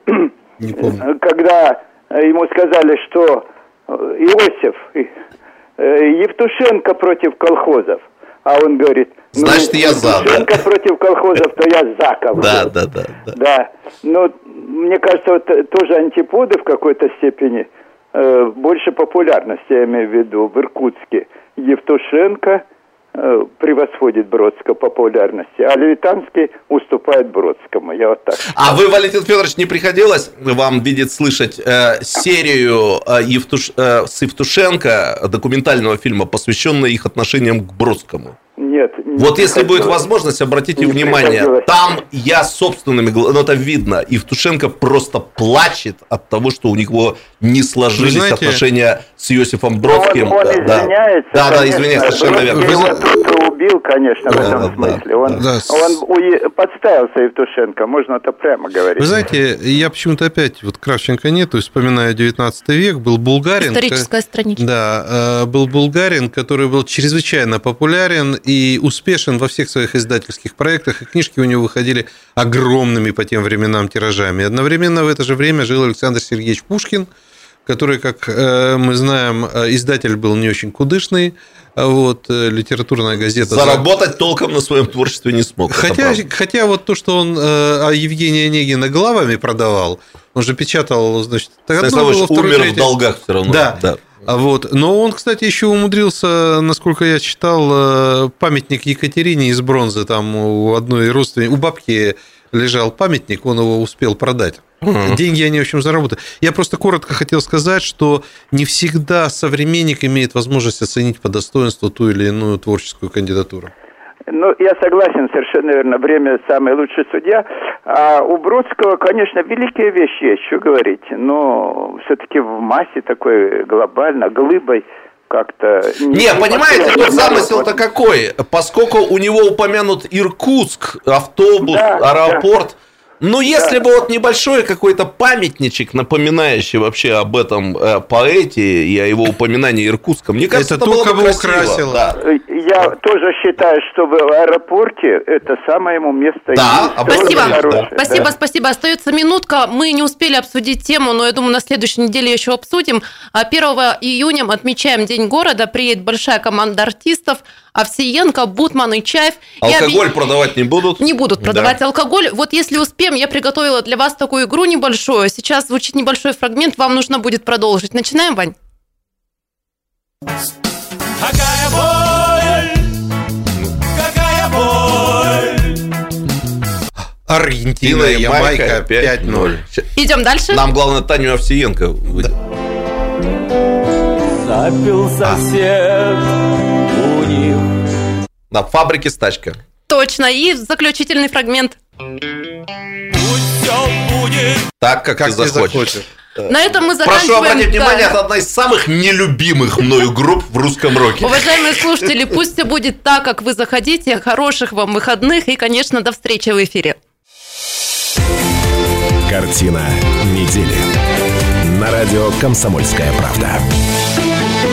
когда ему сказали, что Иосиф, Евтушенко против колхозов, а он говорит, ну, значит, я за. Евтушенко против колхозов, то я за колхоз. Да, да, да, да. Да. Но мне кажется, вот тоже антиподы в какой-то степени, э, больше популярности, я имею в виду, в Иркутске. Евтушенко э, превосходит Бродского по популярности, а Левитанский уступает Бродскому. Я вот так. А вы, Валентин Федорович, не приходилось вам видеть, слышать э, серию э, Евтуш... э, с Евтушенко документального фильма, посвященного их отношениям к Бродскому? Нет. Вот если будет возможность, обратите внимание, там я собственными глазами, ну это видно, Евтушенко просто плачет от того, что у него не сложились знаете, отношения с Иосифом Бродским. Он, он извиняется. Да, да, извиняется, совершенно верно. Его кто-то убил, конечно, в да, этом да, смысле. Он, да. он уе... подставился Евтушенко, можно это прямо говорить. Вы знаете, я почему-то опять, вот Кравченко нету, вспоминаю девятнадцатый век, был Булгарин. Историческая страничка. Да, был Булгарин, который был чрезвычайно популярен и успешен во всех своих издательских проектах, и книжки у него выходили огромными по тем временам тиражами. Одновременно в это же время жил Александр Сергеевич Пушкин, который, как мы знаем, издатель был не очень кудышный, вот, литературная газета... Заработать толком на своем творчестве не смог. Хотя, хотя вот то, что он а Евгения Онегина главами продавал, он же печатал, значит... Станислав Ильич умер третье... в долгах все равно. Да, да. Вот. Но он, кстати, еще умудрился, насколько я читал, памятник Екатерине из бронзы, там у одной родственницы, у бабки лежал памятник, он его успел продать. Uh-huh. Деньги они, в общем, заработали. Я просто коротко хотел сказать, что не всегда современник имеет возможность оценить по достоинству ту или иную творческую кандидатуру. Ну, я согласен, совершенно верно, время самый лучший судья. А у Бродского, конечно, великие вещи есть, что говорить, но все-таки в массе такой глобально, глыбой как-то... Не, не понимаете, тут замысел-то какой? Поскольку у него упомянут Иркутск, автобус, да, аэропорт... Да. Ну, если да. бы вот небольшой какой-то памятничек, напоминающий вообще об этом э, поэте и о его упоминании Иркутска, мне кажется, это, это было бы красиво. Да. Я тоже считаю, что в аэропорте это самое ему место. Да, спасибо. Да. Спасибо, спасибо. Остается минутка. Мы не успели обсудить тему, но я думаю, на следующей неделе еще обсудим. первого июня мы отмечаем День города. Приедет большая команда артистов. Овсиенко, Бутман и Чаев. Алкоголь и об... продавать не будут? Не будут продавать да. алкоголь. Вот если успеем, я приготовила для вас такую игру небольшую. Сейчас звучит небольшой фрагмент, вам нужно будет продолжить. Начинаем, Вань? Какая боль, какая боль. Аргентина, Ямайка, пять ноль. Идем дальше. Нам главное Таню Овсиенко выйти. Запил сосед у них. На фабрике стачка. Точно. И заключительный фрагмент. Пусть все будет так, как, как ты захочешь. захочешь. На этом мы Прошу заканчиваем. обратить внимание, Да. это одна из самых нелюбимых мною групп в русском роке. Уважаемые слушатели, пусть все будет так, как вы захотите. Хороших вам выходных и, конечно, до встречи в эфире. Картина недели. На радио «Комсомольская правда».